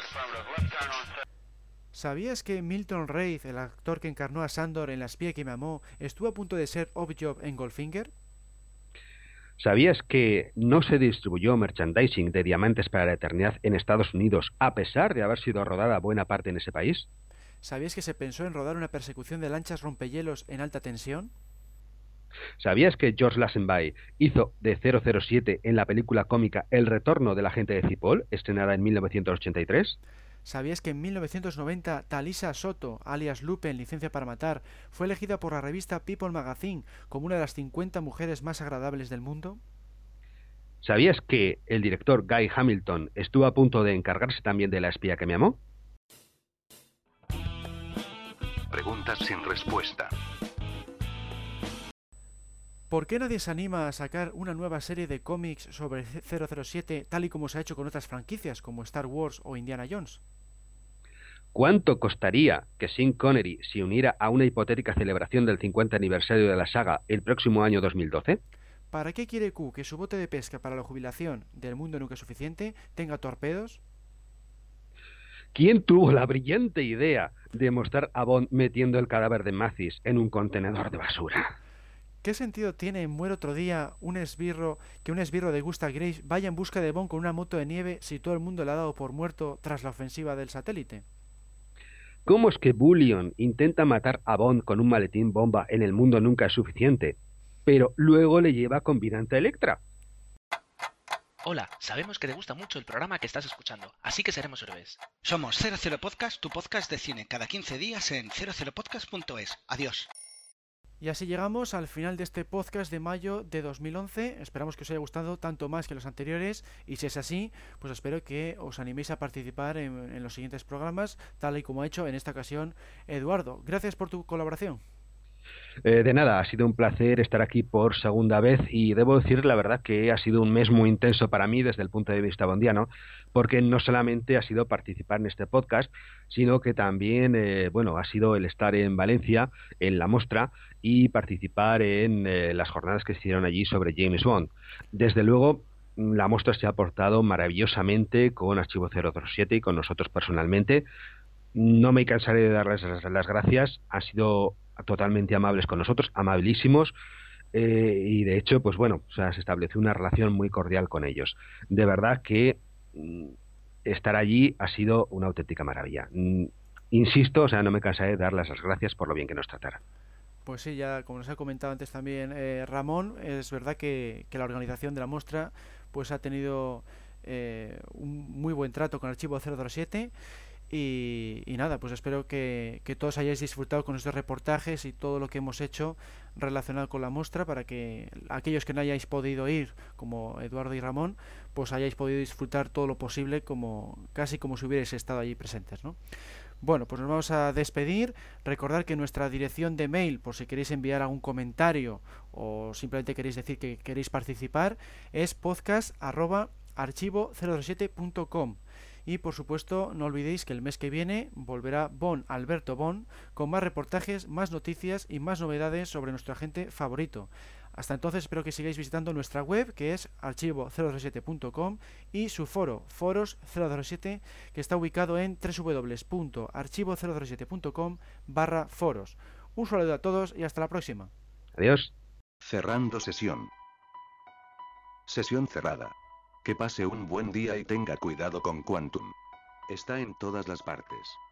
Speaker 3: ¿Sabías que Milton Reid, el actor que encarnó a Sandor en La espía que me amó, estuvo a punto de ser Oddjob en Goldfinger?
Speaker 4: ¿Sabías que no se distribuyó merchandising de Diamantes para la Eternidad en Estados Unidos, a pesar de haber sido rodada buena parte en ese país?
Speaker 3: ¿Sabías que se pensó en rodar una persecución de lanchas rompehielos en alta tensión?
Speaker 4: ¿Sabías que George Lazenby hizo de cero cero siete en la película cómica El retorno del agente de Cipoll, estrenada en mil novecientos ochenta y tres?
Speaker 3: ¿Sabías que en mil novecientos noventa Talisa Soto, alias Lupe en Licencia para Matar, fue elegida por la revista People Magazine como una de las cincuenta mujeres más agradables del mundo?
Speaker 4: ¿Sabías que el director Guy Hamilton estuvo a punto de encargarse también de La espía que me amó?
Speaker 2: Preguntas sin respuesta.
Speaker 3: ¿Por qué nadie se anima a sacar una nueva serie de cómics sobre cero cero siete tal y como se ha hecho con otras franquicias como Star Wars o Indiana Jones?
Speaker 4: ¿Cuánto costaría que Sean Connery se uniera a una hipotética celebración del cincuenta aniversario de la saga el próximo año dos mil doce?
Speaker 3: ¿Para qué quiere Q que su bote de pesca para la jubilación del mundo nunca es suficiente tenga torpedos?
Speaker 4: ¿Quién tuvo la brillante idea de mostrar a Bond metiendo el cadáver de Mathis en un contenedor de basura?
Speaker 3: ¿Qué sentido tiene en Muere otro día un esbirro que un esbirro de Gustav Grace vaya en busca de Bond con una moto de nieve si todo el mundo le ha dado por muerto tras la ofensiva del satélite?
Speaker 4: ¿Cómo es que Bullion intenta matar a Bond con un maletín bomba en El mundo nunca es suficiente, pero luego le lleva con Vidanta Electra?
Speaker 8: Hola, sabemos que te gusta mucho el programa que estás escuchando, así que seremos héroes.
Speaker 9: Somos cero cero Podcast, tu podcast de cine, cada quince días en cero cero podcast punto es. Adiós.
Speaker 3: Y así llegamos al final de este podcast de mayo de dos mil once. Esperamos que os haya gustado tanto más que los anteriores y si es así, pues espero que os animéis a participar en, en los siguientes programas, tal y como ha hecho en esta ocasión Eduardo. Gracias por tu colaboración.
Speaker 4: Eh, de nada, ha sido un placer estar aquí por segunda vez y debo decir la verdad que ha sido un mes muy intenso para mí desde el punto de vista bondiano, porque no solamente ha sido participar en este podcast, sino que también, eh, bueno, ha sido el estar en Valencia, en la Mostra, y participar en eh, las jornadas que se hicieron allí sobre James Bond. Desde luego, la Mostra se ha portado maravillosamente con Archivo cero cero siete y con nosotros personalmente. No me cansaré de darles las gracias, han sido totalmente amables con nosotros, amabilísimos, eh, y de hecho, pues bueno, o sea, se estableció una relación muy cordial con ellos. De verdad que mm, estar allí ha sido una auténtica maravilla. Mm, insisto, o sea, no me cansaré de darles las gracias por lo bien que nos trataron.
Speaker 3: Pues sí, ya como nos ha comentado antes también eh, Ramón, es verdad que, que la organización de la muestra pues ha tenido eh, un muy buen trato con Archivo cero cero siete. Y, y nada, pues espero que, que todos hayáis disfrutado con estos reportajes y todo lo que hemos hecho relacionado con la muestra, para que aquellos que no hayáis podido ir, como Eduardo y Ramón, pues hayáis podido disfrutar todo lo posible, como casi como si hubierais estado allí presentes, ¿no? Bueno, pues nos vamos a despedir. Recordad que nuestra dirección de mail, por si queréis enviar algún comentario o simplemente queréis decir que queréis participar, es podcast arroba archivo cero cero siete punto com. Y por supuesto no olvidéis que el mes que viene volverá Bon Alberto Bon con más reportajes, más noticias y más novedades sobre nuestro agente favorito. Hasta entonces espero que sigáis visitando nuestra web, que es archivo cero cero siete punto com, y su foro, foros cero cero siete, que está ubicado en doble u doble u doble u punto archivo cero cero siete punto com barra foros. Un saludo a todos y hasta la próxima.
Speaker 4: Adiós.
Speaker 1: Cerrando sesión. Sesión cerrada. Que pase un buen día y tenga cuidado con Quantum. Está en todas las partes.